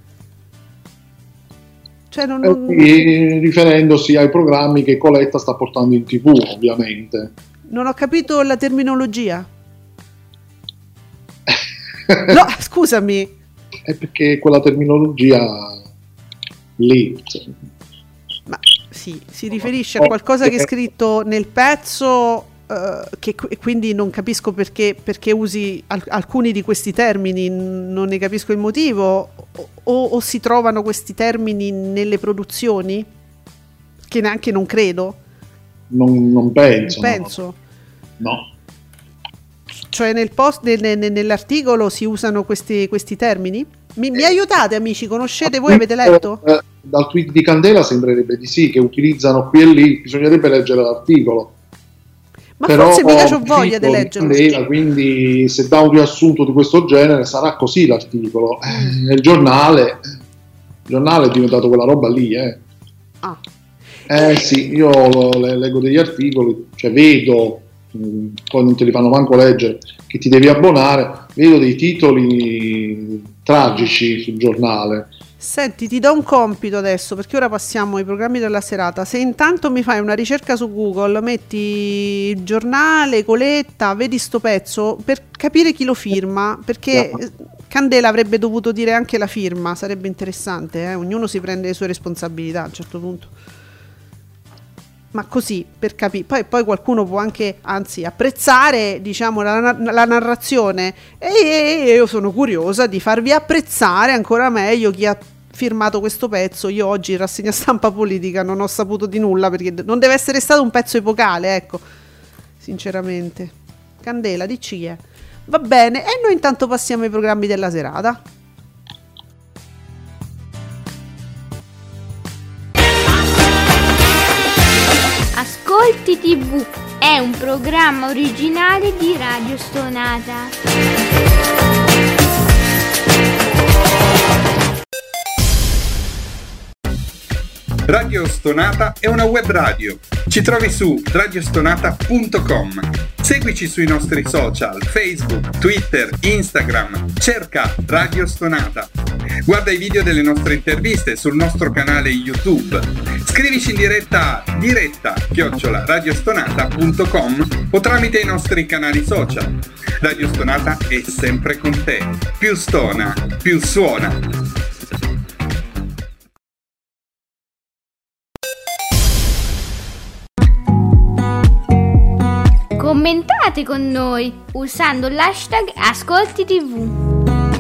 Cioè non, non... E riferendosi ai programmi che Coletta sta portando in tv, ovviamente. non ho capito la terminologia. No, scusami. È perché quella terminologia lì, cioè, Ma sì, si riferisce a qualcosa che è scritto nel pezzo, eh, che qu- quindi non capisco perché, perché usi al- alcuni di questi termini, n- non ne capisco il motivo, o, o si trovano questi termini nelle produzioni, che neanche non credo, non, non penso. non no. penso. No. Cioè nel post, nel- nel- nell'articolo si usano questi, questi termini? Mi, mi aiutate amici, conoscete voi, avete letto? Eh, dal tweet di Candela sembrerebbe di sì, che utilizzano qui e lì, bisognerebbe leggere l'articolo. Ma Però forse mica c'ho il voglia di titolo leggerlo. Candela, quindi se dà un riassunto di questo genere sarà così l'articolo. Eh, nel giornale, il giornale è diventato quella roba lì, eh. Ah. Eh sì, io lo- le- leggo degli articoli, cioè vedo, mh, poi non te li fanno manco leggere, che ti devi abbonare, vedo dei titoli tragici sul giornale. Senti, ti do un compito adesso, perché ora passiamo ai programmi della serata. Se intanto mi fai una ricerca su Google, metti il giornale, Coletta, vedi sto pezzo, per capire chi lo firma, perché eh, Candela avrebbe dovuto dire anche la firma, sarebbe interessante, eh? Ognuno si prende le sue responsabilità a un certo punto. ma così per capire. Poi, poi qualcuno può anche, anzi, apprezzare, diciamo, la, la narrazione, e io sono curiosa di farvi apprezzare ancora meglio chi ha firmato questo pezzo. Io oggi in rassegna stampa politica non ho saputo di nulla, perché non deve essere stato un pezzo epocale, ecco, sinceramente. Candela, dici chi è? Va bene, e noi intanto passiamo ai programmi della serata. Ascolti tivù è un programma originale di Radio Stonata. Radio Stonata è una web radio. Ci trovi su radiostonata punto com. Seguici sui nostri social, Facebook, Twitter, Instagram. Cerca Radio Stonata. Guarda i video delle nostre interviste sul nostro canale YouTube. Scrivici in diretta a diretta chiocciola radiostonata punto com o tramite i nostri canali social. Radio Stonata è sempre con te. Più stona, più suona. Commentate con noi usando l'hashtag Ascolti tivù.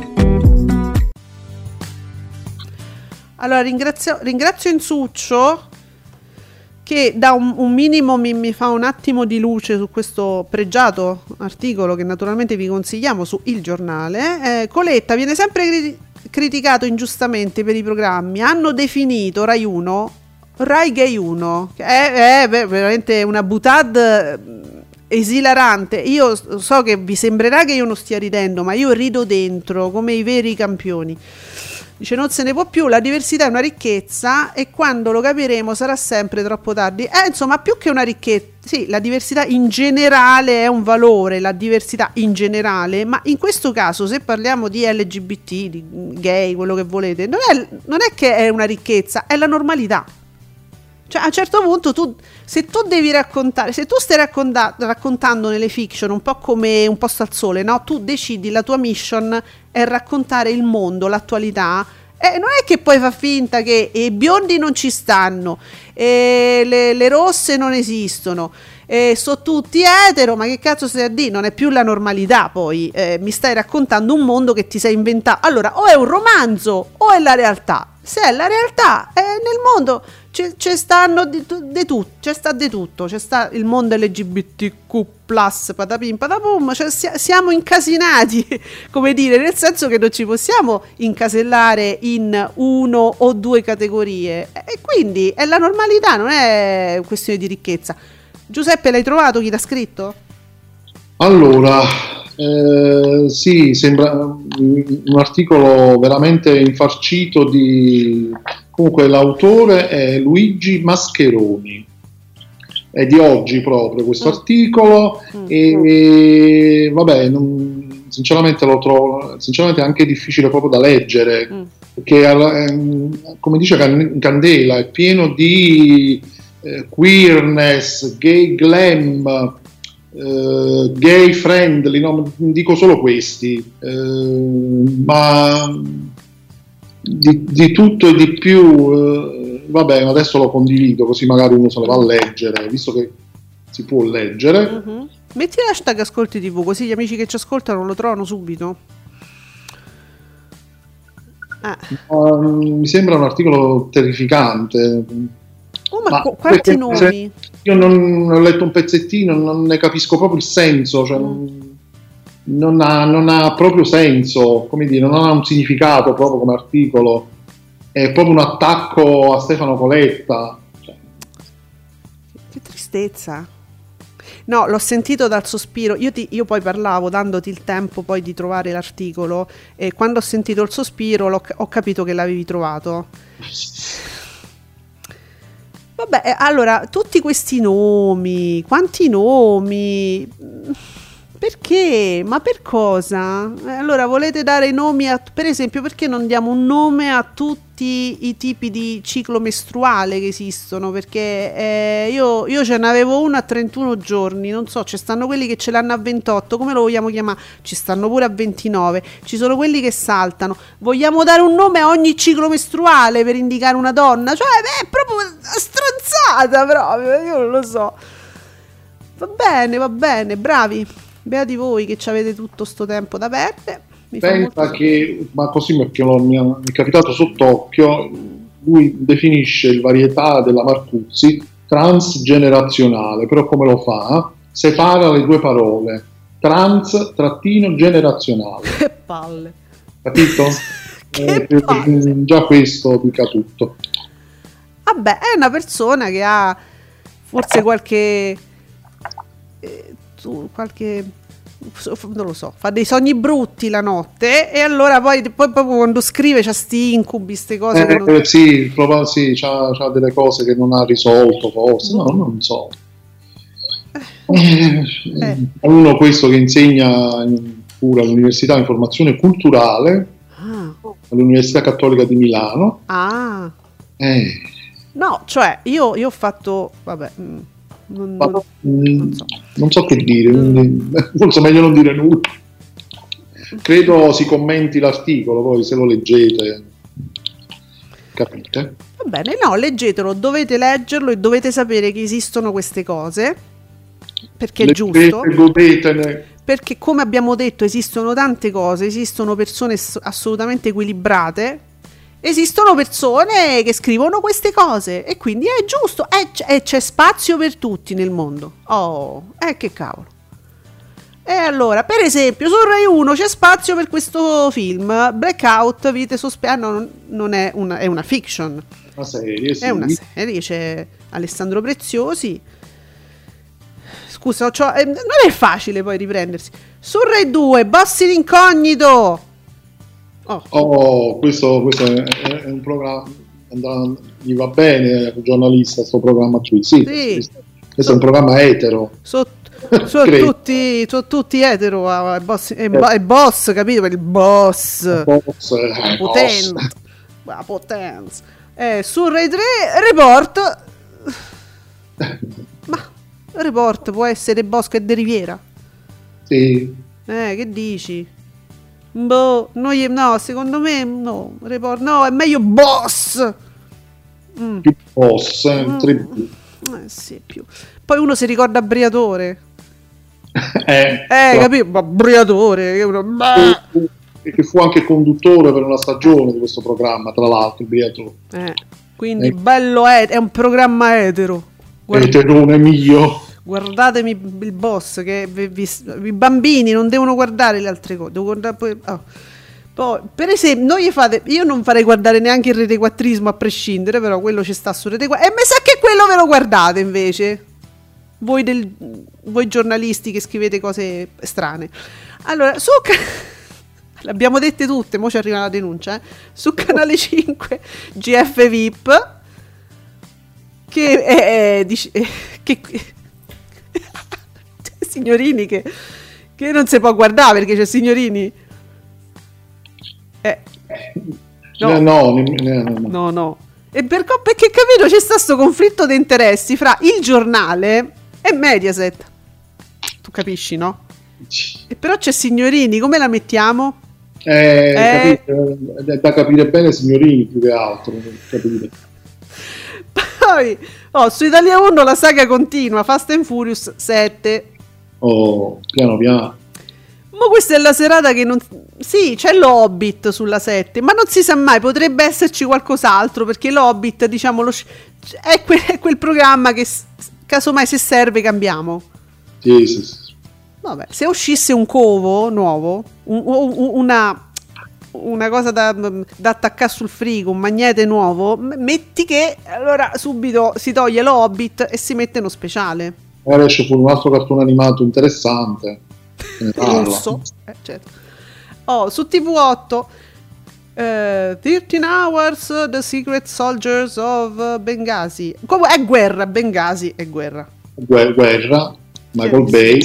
Allora ringrazio, ringrazio Insuccio che da un, un minimo mi, mi fa un attimo di luce su questo pregiato articolo che naturalmente vi consigliamo su Il Giornale. eh, Coletta viene sempre cri- criticato ingiustamente per i programmi. Hanno definito Rai uno Rai Gay uno, che è, è veramente una butad esilarante. Io so che vi sembrerà che io non stia ridendo, ma io rido dentro come i veri campioni. Dice: non se ne può più, la diversità è una ricchezza e quando lo capiremo sarà sempre troppo tardi. Eh, insomma, più che una ricchezza, sì, la diversità in generale è un valore, la diversità in generale, ma in questo caso, se parliamo di L G B T, di gay, quello che volete, non è, non è che è una ricchezza, è la normalità. Cioè, a un certo punto tu, se tu devi raccontare, se tu stai racconta- raccontando nelle fiction un po' come Un posto al sole, no? Tu decidi, la tua mission è raccontare il mondo, l'attualità, e non è che poi fa finta che i biondi non ci stanno, e le, le rosse non esistono, e sono tutti etero, ma che cazzo stai a dire? Non è più la normalità, poi eh, mi stai raccontando un mondo che ti sei inventato. Allora, o è un romanzo o è la realtà. Se è la realtà, eh, nel mondo c'è, c'è stanno di, di tutto, c'è sta di tutto, c'è sta il mondo L G B T Q plus, patapim patapum, cioè siamo incasinati, come dire, nel senso che non ci possiamo incasellare in uno o due categorie, e quindi è la normalità, non è questione di ricchezza. Giuseppe, l'hai trovato chi l'ha scritto? Allora, eh, sì, sembra un articolo veramente infarcito di... Comunque l'autore è Luigi Mascheroni, è di oggi proprio questo mm. articolo mm. e vabbè, non, sinceramente lo trovo sinceramente anche difficile proprio da leggere, mm. perché eh, come dice Candela è pieno di eh, queerness, gay glam, Uh, gay friendly, no, dico solo questi, uh, ma di, di tutto e di più, uh, vabbè, adesso lo condivido così magari uno se lo va a leggere, visto che si può leggere. Mm-hmm. Metti l'hashtag Ascolti tivù, così gli amici che ci ascoltano lo trovano subito. Ah. Uh, mi sembra un articolo terrificante. Oh, ma, ma qu- quanti nomi? Io non ho letto un pezzettino, non ne capisco proprio il senso, cioè mm. non, ha, non ha proprio senso, come dire, non ha un significato proprio come articolo, è proprio un attacco a Stefano Coletta. Cioè. Che tristezza. No, l'ho sentito dal sospiro, io, ti, io poi parlavo dandoti il tempo poi di trovare l'articolo, e quando ho sentito il sospiro l'ho, ho capito che l'avevi trovato. Vabbè, allora, tutti questi nomi, quanti nomi, Perché? Ma per cosa? Eh, allora, volete dare i nomi a... Per esempio, perché non diamo un nome a tutti i tipi di ciclo mestruale che esistono? Perché eh, io, io ce n'avevo uno a trentuno giorni, non so, ci stanno quelli che ce l'hanno a ventotto, come lo vogliamo chiamare? Ci stanno pure a ventinove, ci sono quelli che saltano. Vogliamo dare un nome a ogni ciclo mestruale per indicare una donna? Cioè, è proprio una stronzata proprio, io non lo so. Va bene, va bene, bravi. Beati voi che ci avete tutto sto tempo da perdere. Mi fa Pensa molto- che, ma così perché lo- mi, è- mi è capitato sott'occhio, lui definisce il varietà della Marcuzzi transgenerazionale, però come lo fa? Separa le due parole, trans-generazionale, Che palle. capito? Che Eh, palle. già questo dica tutto. Vabbè, è una persona che ha forse qualche... eh, tu- qualche... non lo so, fa dei sogni brutti la notte e allora poi, poi proprio quando scrive c'ha sti incubi, ste cose che non... Eh, sì, prova- sì, c'ha, c'ha delle cose che non ha risolto forse, no, non so. Eh, Eh. È uno questo che insegna in- pure all'Università di Formazione Culturale, Ah, all'Università Cattolica di Milano. ah. Eh, No, cioè io, io ho fatto... Vabbè, mm, non, ma- non- mm, non so. non so che dire, quindi, forse è meglio non dire nulla. Credo si commenti l'articolo, poi se lo leggete capite. Va bene, no, leggetelo, dovete leggerlo e dovete sapere che esistono queste cose, perché è giusto. Leggete, godetene. Perché come abbiamo detto esistono tante cose, esistono persone s- assolutamente equilibrate, esistono persone che scrivono queste cose e quindi è giusto, e c- e c'è spazio per tutti nel mondo. Oh, eh che cavolo. E allora, per esempio, su Rai uno c'è spazio per questo film, Blackout, Vite Sospese, ah, no, non- non è una, è una fiction, Una serie, sì. è una serie, c'è Alessandro Preziosi. Scusa, c'ho- eh, non è facile poi riprendersi. Su Rai due, Boss in Incognito. Oh, Oh, questo, questo è, è- è un programma, andrà- gli va bene al giornalista sto programma qui, sì, Sì. questo è un programma etero. so- sono Credo. tutti, so tutti etero, ah, boss, è, bo- è boss, capito? Per il boss. Boss, eh, Potente. boss. La potenza. Eh, su Rai tre, Report. Ma Report può essere Bosco e De Riviera. Sì, Eh, che dici? Boh, noi, no, secondo me no, Report, no, è meglio Boss. Mm. più boss, eh, Mm. tre B. Eh sì, più. Poi uno si ricorda Briatore. Eh, Eh, capito? Ma Briatore, che uno... bah. e che fu anche conduttore per una stagione di questo programma, tra l'altro, il Briatore. Eh, quindi Eh. bello, è, è un programma etero. Guarda- Eterone mio. Guardatemi il boss, che vi- vi- i bambini non devono guardare le altre cose, devo guardare poi, oh. Poi, per esempio, noi fate, io non farei guardare neanche il retequattrismo a prescindere, però quello ci sta su Rete quattro, e mi sa che quello ve lo guardate invece, voi, del, voi giornalisti che scrivete cose strane. Allora, su ca- le abbiamo dette tutte, mo ci arriva la denuncia, eh? Su Canale cinque G F V I P, che è, è- dice- che signorini che, che non si può guardare perché c'è signorini. Eh, No, no, no, nemm- ne- no, no. no, no. E per, co- perché capito c'è sta sto conflitto di interessi fra il giornale e Mediaset. Tu capisci, no? E però c'è signorini, come la mettiamo? Eh, Eh. capite? È da capire bene, signorini, più che altro. Capite? Poi, oh, su Italia uno la saga continua, Fast and Furious sette. Oh, piano piano. Ma questa è la serata che non... Sì, c'è l'Hobbit sulla sette, ma non si sa mai, potrebbe esserci qualcos'altro, perché l'Hobbit, diciamo, lo sc- è, que- è quel programma che s- casomai se serve cambiamo. Sì, sì, sì. Vabbè, se uscisse un covo nuovo, un- un- una, una cosa da, da attaccare sul frigo, un magnete nuovo, m- metti che allora subito si toglie l'Hobbit e si mette uno speciale. Ora esce fuori un altro cartone animato interessante. Se ne parla. Russo. Eh, certo. Oh, su T V otto eh, thirteen Hours The Secret Soldiers of Benghazi. Come è guerra, Benghazi è guerra. Gue- Guerra, Michael Chiarissimo. Bay.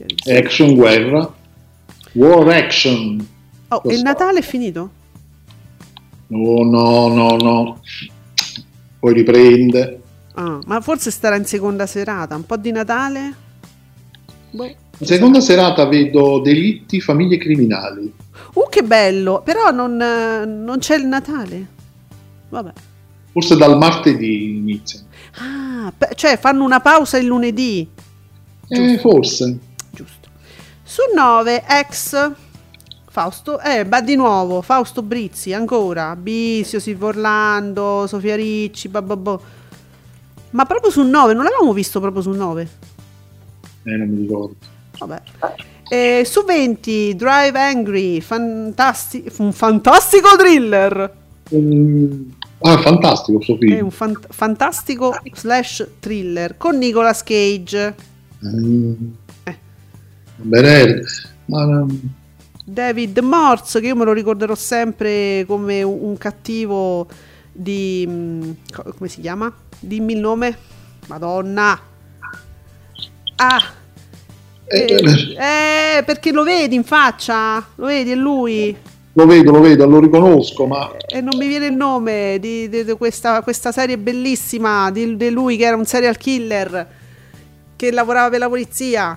chiarissimo. Action, guerra. War action. Oh, Lo e il so. Natale è finito? No, no, no, no. Poi riprende. Ah, ma forse starà in seconda serata. Un po' di Natale? Boh. In seconda serata vedo Delitti, famiglie criminali. Uh, che bello! Però non, eh, non c'è il Natale. Vabbè. Forse dal martedì inizia. Ah, pe- cioè fanno una pausa il lunedì. Eh, forse. Giusto. Su nove, ex Fausto, eh, ma di nuovo Fausto Brizzi, ancora Bisio, Silvio Orlando, Sofia Ricci, bababò. Ma proprio su nove, non l'avevamo visto proprio su nove. Eh, non mi ricordo. Vabbè. Eh, su venti, Drive Angry, fantasti- un fantastico thriller. Um, ah, fantastico sto È film. un fan- fantastico slash thriller con Nicolas Cage. Mm. Eh. Bene, ma um, David Morse, che io me lo ricorderò sempre come un, un cattivo di... mh, co- come si chiama? Dimmi il nome. Madonna. Ah. Eh, eh, perché lo vedi in faccia? Lo vedi, è lui. lo vedo, lo vedo, lo riconosco, ma E non mi viene il nome di, di- di questa, questa serie bellissima di, di lui che era un serial killer che lavorava per la polizia.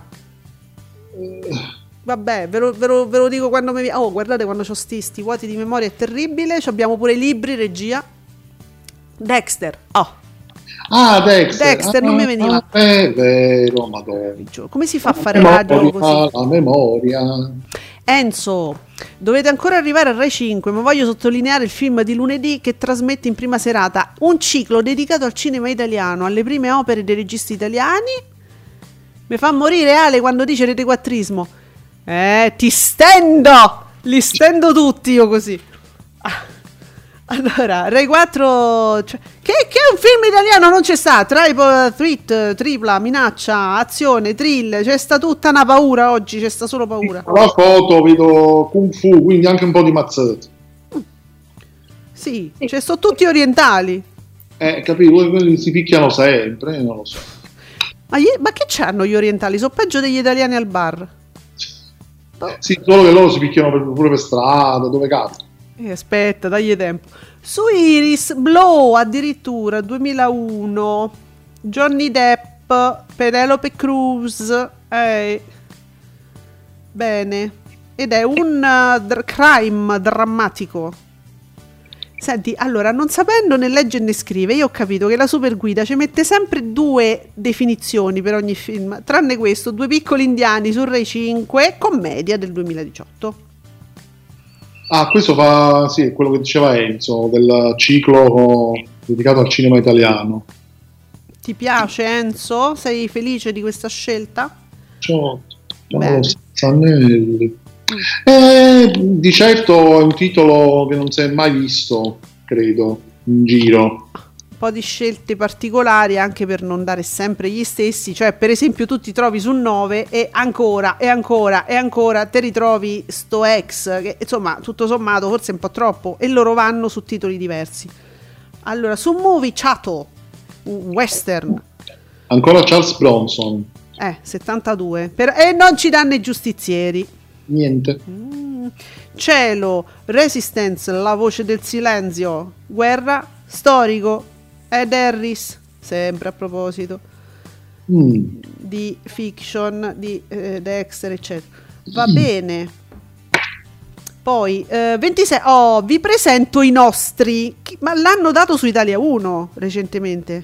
Vabbè, ve lo, ve lo- ve lo dico quando mi... Oh, guardate quando c'ho sti, sti vuoti di memoria, è terribile. Ci abbiamo pure i libri, regia. Dexter. Oh, ah, Dexter, Dexter, non ah, mi veniva. ah, è vero, madonna. come si fa a fare La radio memoria, così? la memoria. Enzo, dovete ancora arrivare a Rai cinque, ma voglio sottolineare il film di lunedì che trasmette in prima serata un ciclo dedicato al cinema italiano, alle prime opere dei registi italiani. Mi fa morire Ale quando dice retequattrismo. Eh, ti stendo! Li stendo tutti io così. Ah, allora, Rai quattro... Cioè, che, che è un film italiano non c'è sta? Triple, tweet, tripla, minaccia, azione, thrill. C'è sta tutta una paura oggi, c'è sta solo paura. La foto vedo Kung Fu, quindi anche un po' di mazzette. Sì, cioè sono tutti orientali. Eh, capito, quelli si picchiano sempre, non lo so. Ma, gli- ma che c'hanno gli orientali? Sono peggio degli italiani al bar. Sì, solo che loro si picchiano per- pure per strada, dove cazzo. Eh, aspetta, dagli tempo. Su Iris, Blow addirittura duemilauno, Johnny Depp, Penelope Cruz. Eh. Bene. Ed è un uh, dr- crime drammatico. Senti, allora, non sapendo né leggere né scrive, io ho capito che la Superguida ci mette sempre due definizioni per ogni film, tranne questo, Due piccoli indiani su Rai cinque, commedia del duemiladiciotto. Ah, questo fa, sì, quello che diceva Enzo, del ciclo dedicato al cinema italiano. Ti piace, Enzo? Sei felice di questa scelta? Ciao, Bene. ciao Sanelli. Eh, di certo è un titolo che non si è mai visto, credo, in giro. Un po' di scelte particolari anche per non dare sempre gli stessi, cioè per esempio tu ti trovi su nove e ancora e ancora e ancora te ritrovi sto ex che insomma tutto sommato forse è un po' troppo e loro vanno su titoli diversi. Allora su Movie Chato, un western, Ancora Charles Bronson. eh settantadue per, e non ci danno i giustizieri. Niente. Mm. Cielo, Resistance, La voce del silenzio, Guerra, Storico, Ed Harris, sempre a proposito Mm. di fiction di eh, Dexter eccetera. Va bene. Poi eh, ventisei, oh, vi presento i nostri. Chi- ma l'hanno dato su Italia uno recentemente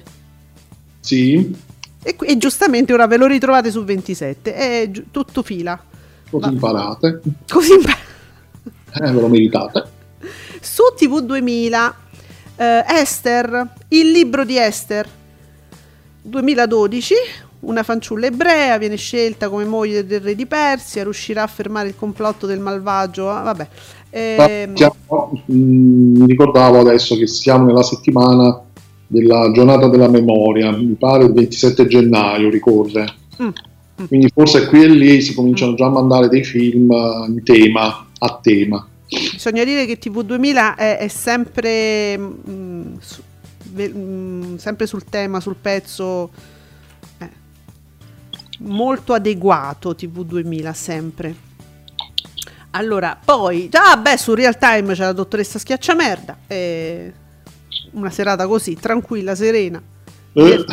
Sì, e, qui- e giustamente ora ve lo ritrovate su ventisette, è gi- tutto fila così Va- imparate. così impa- Eh, ve lo meritate. su T V duemila, eh, Esther, il libro di Esther, duemiladodici, una fanciulla ebrea viene scelta come moglie del re di Persia, riuscirà a fermare il complotto del malvagio, ah, vabbè. Ehm, Siamo- mm, mi ricordavo adesso che siamo nella settimana della giornata della memoria, mi pare il ventisette gennaio ricorre. mm, Quindi forse qui e lì si cominciano già a mandare dei film eh, in tema, a tema. bisogna dire che T V duemila è, è sempre, mm, su- ve- mm, sempre sul tema, sul pezzo. Eh. molto adeguato T V duemila sempre. Allora, poi, ah beh, su Real Time c'è la dottoressa Schiacciamerda, eh, una serata così, tranquilla, serena. Eh.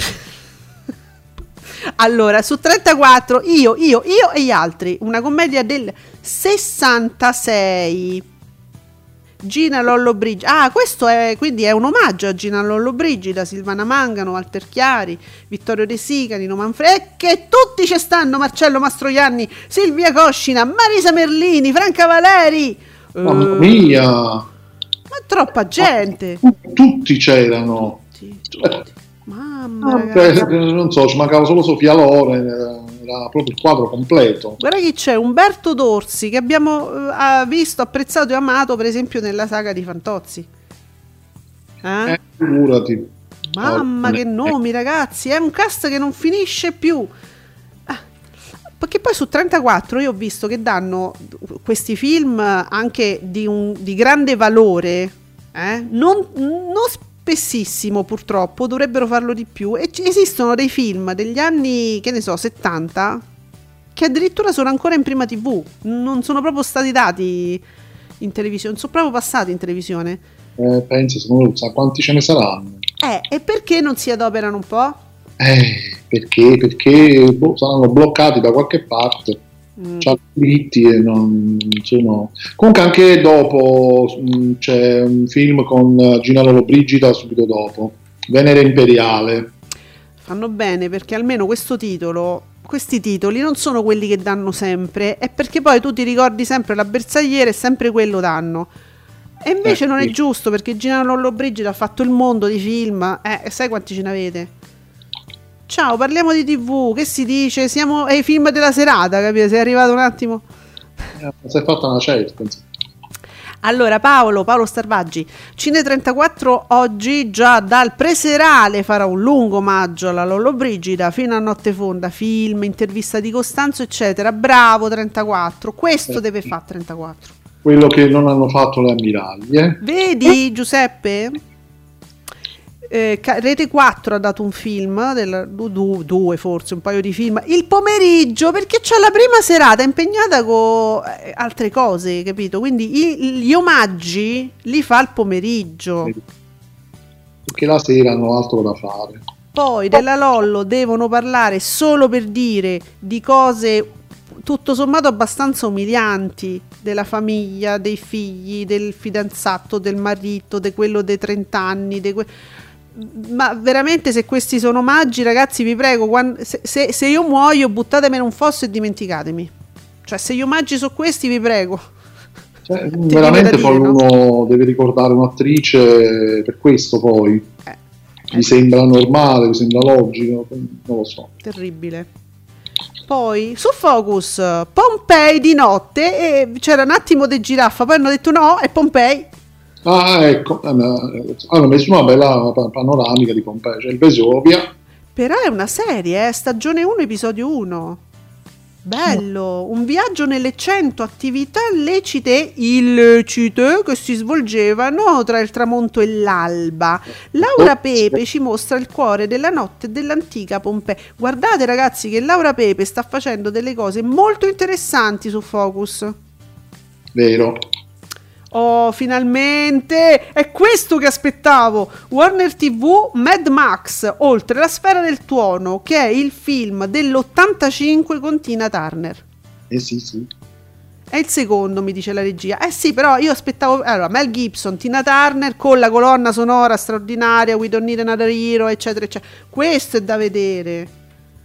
Allora, su trentaquattro, io, io, io e gli altri, una commedia del sessantasei. Gina Lollobrigida. Ah, questo è quindi è un omaggio a Gina Lollobrigida, Silvana Mangano, Walter Chiari, Vittorio De Sica, Nino Manfredi, e che tutti ci stanno: Marcello Mastroianni, Silvia Coscina, Marisa Merlini, Franca Valeri. Mamma Eh, mia, ma troppa gente. tutti c'erano. Tutti, tutti. Mamma, Ah, ragazzi. beh, non so, ci mancava solo Sofia Loren, era proprio il quadro completo. Guarda chi c'è, Umberto Dorsi, che abbiamo eh, ha visto, apprezzato e amato per esempio nella saga di Fantozzi. Eh? Eh, figurati. Mamma, Oh, che eh, nomi, ragazzi, è un cast che non finisce più. Ah, perché poi su trentaquattro io ho visto che danno questi film anche di, un, di grande valore, eh? non, non spessissimo purtroppo, dovrebbero farlo di più, e ci- esistono dei film degli anni, che ne so, settanta, che addirittura sono ancora in prima tivù, non sono proprio stati dati in televisione, sono proprio passati in televisione. eh, pensa, se non sa quanti ce ne saranno. Eh, e perché non si adoperano un po'? Eh, perché? Perché boh, saranno bloccati da qualche parte. Mm. C'hanno i diritti e non sono. Comunque anche dopo mh, c'è un film con Gina Lollobrigida subito dopo, Venere Imperiale. Fanno bene, perché almeno questo titolo, questi titoli non sono quelli che danno sempre, è perché poi tu ti ricordi sempre la bersagliera e sempre quello danno. E invece Eh, non è sì. giusto, perché Gina Lollobrigida ha fatto il mondo di film, eh, e sai quanti ce ne avete? Ciao, parliamo di tivù, che si dice? Siamo ai film della serata, capito? Sei arrivato un attimo. Eh, si è fatta una certa, insomma. Allora, Paolo, Paolo Starvaggi, Cine trentaquattro oggi già dal preserale farà un lungo omaggio alla Lollobrigida fino a notte fonda, film, intervista di Costanzo, eccetera. Bravo trentaquattro, questo Eh, deve sì. fare trentaquattro. Quello che non hanno fatto le ammiraglie. Vedi, Giuseppe? Eh, Ca- Rete quattro ha dato un film, del, du- du- due forse, un paio di film, il pomeriggio, perché c'è la prima serata impegnata con eh, altre cose, capito? Quindi i- gli omaggi li fa il pomeriggio. Perché la sera hanno altro da fare. Poi della Lollo devono parlare solo per dire di cose tutto sommato abbastanza umilianti, della famiglia, dei figli, del fidanzato, del marito, di quello dei trenta anni, de que- ma veramente, se questi sono omaggi, ragazzi, vi prego, quan- se, se- se io muoio buttatemi in un fosso e dimenticatemi. Cioè, se gli omaggi sono questi, vi prego. Cioè, Ti viene veramente da poi dire, no? uno deve ricordare un'attrice per questo, poi Eh, vi sembra normale, vi sembra logico, non lo so. terribile. Poi su Focus, Pompei di notte, e c'era un attimo di giraffa, poi hanno detto no, è Pompei. Ah, ecco, eh, hanno messo una bella pa- panoramica di Pompei, c'è il Vesuvio. Però è una serie, eh? Stagione uno, episodio uno. Bello, un viaggio nelle cento attività lecite illecite che si svolgevano tra il tramonto e l'alba. Laura Pepe ci mostra il cuore della notte dell'antica Pompei. Guardate, ragazzi, che Laura Pepe sta facendo delle cose molto interessanti su Focus. Vero. Oh, finalmente! È questo che aspettavo! Warner tivù Mad Max, Oltre la sfera del tuono, che è il film dell'ottantacinque con Tina Turner. Eh sì, sì. È il secondo, mi dice la regia. Eh sì, però io aspettavo... Allora, Mel Gibson, Tina Turner, con la colonna sonora straordinaria, We Don't Need Another Hero, eccetera, eccetera. Questo è da vedere.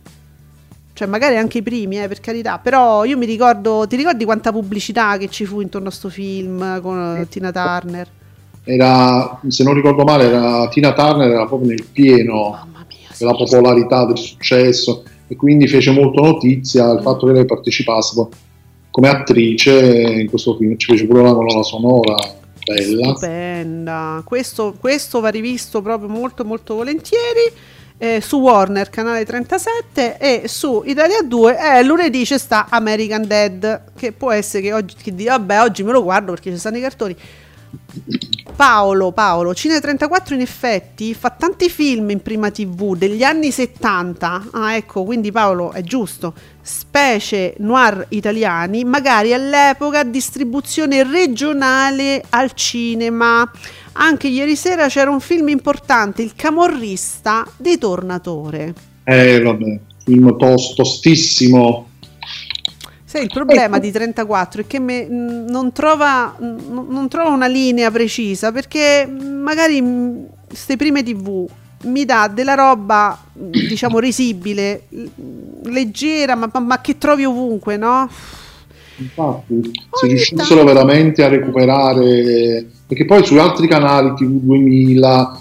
Cioè, magari anche i primi, eh, per carità. Però io mi ricordo... Ti ricordi quanta pubblicità che ci fu intorno a sto film con eh, Tina Turner? Era, se non ricordo male, era Tina Turner, era proprio nel pieno Mamma mia, sì. della popolarità, del successo, e quindi fece molto notizia il fatto che lei partecipasse come attrice in questo film. Ci fece pure una colonna sonora bella. Stupenda. Questo, questo va rivisto proprio molto molto volentieri. Eh, su Warner canale trentasette, e su Italia due eh, lunedì c'è sta American Dad, che può essere che oggi, che di, vabbè, oggi me lo guardo perché ci stanno i cartoni. Paolo, Paolo, Cine trentaquattro in effetti fa tanti film in prima tivù degli anni settanta. Ah, ecco, quindi Paolo è giusto. Specie noir italiani, magari all'epoca distribuzione regionale al cinema. Anche ieri sera c'era un film importante, Il camorrista di Tornatore. Eh, vabbè, film tos- tostissimo. Sai, il problema di trentaquattro è che me, mh, non trova mh, non trova una linea precisa, perché mh, magari queste prime tivù mi dà della roba, mh, diciamo, risibile, l- leggera, ma, ma, ma che trovi ovunque, no? Infatti, se riuscissero veramente a recuperare, perché poi su altri canali tivù duemila,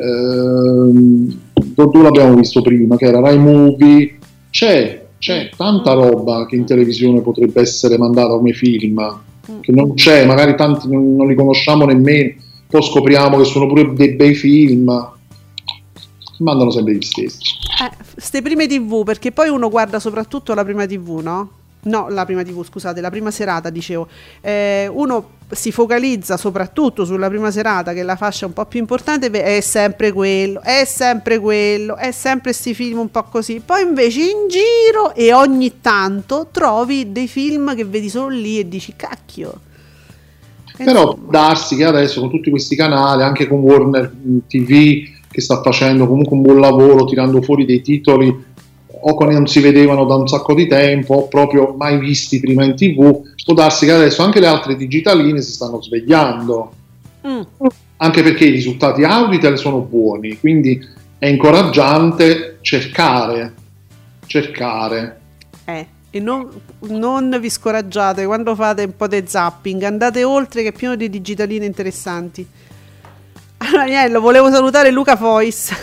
ehm, dove l'abbiamo visto prima, che era Rai Movie, c'è c'è tanta roba che in televisione potrebbe essere mandata come film, che non c'è, magari tanti non, non li conosciamo nemmeno, poi scopriamo che sono pure dei bei film, mandano sempre gli stessi. Eh, ste prime tivù, perché poi uno guarda soprattutto la prima tivù, no? No, la prima tivù, scusate, la prima serata, dicevo. Eh, uno si focalizza soprattutto sulla prima serata, che è la fascia un po' più importante, è sempre quello, è sempre quello, è sempre sti film un po' così. Poi invece in giro e ogni tanto trovi dei film che vedi solo lì e dici cacchio. E Però insomma, darsi che adesso con tutti questi canali, anche con Warner tivù che sta facendo comunque un buon lavoro tirando fuori dei titoli o che non si vedevano da un sacco di tempo o proprio mai visti prima in tivù, può darsi che adesso anche le altre digitaline si stanno svegliando, mm. anche perché i risultati Auditel sono buoni, quindi è incoraggiante cercare cercare Eh, e non, non vi scoraggiate quando fate un po' di zapping, andate oltre, che è pieno di digitaline interessanti. Allora, Agnello, volevo salutare Luca Fois.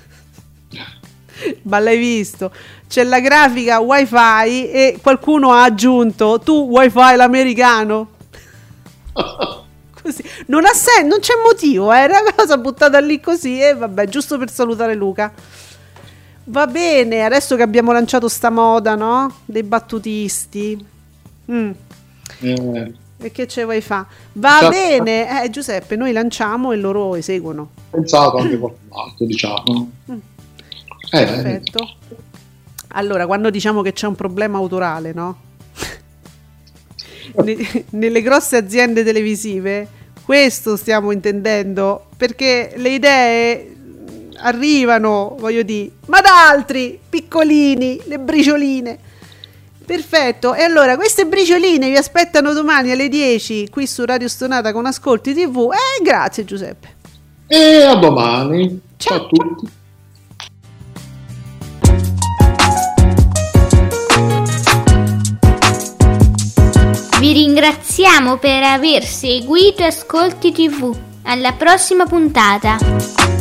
Ma l'hai visto? C'è la grafica wifi e qualcuno ha aggiunto tu wifi l'americano. Così non ha senso, non c'è motivo, eh, era una cosa buttata lì così e vabbè, giusto per salutare Luca. Va bene, adesso che abbiamo lanciato sta moda, no? Dei battutisti. Mm. eh, E che ce vuoi fa? Va Già- bene, eh, Giuseppe, noi lanciamo e loro eseguono. pensato anche qualcun altro, diciamo. Mm. Eh, Perfetto. Allora, quando diciamo che c'è un problema autorale, no? Ne- nelle grosse aziende televisive, questo stiamo intendendo, perché le idee arrivano, voglio dire, ma da altri piccolini, le bricioline. Perfetto, e allora queste bricioline vi aspettano domani alle dieci qui su Radio Stonata con Ascolti tivù. E grazie Giuseppe. E a domani. Ciao. Ciao a tutti. Vi ringraziamo per aver seguito Ascolti tivù. Alla prossima puntata.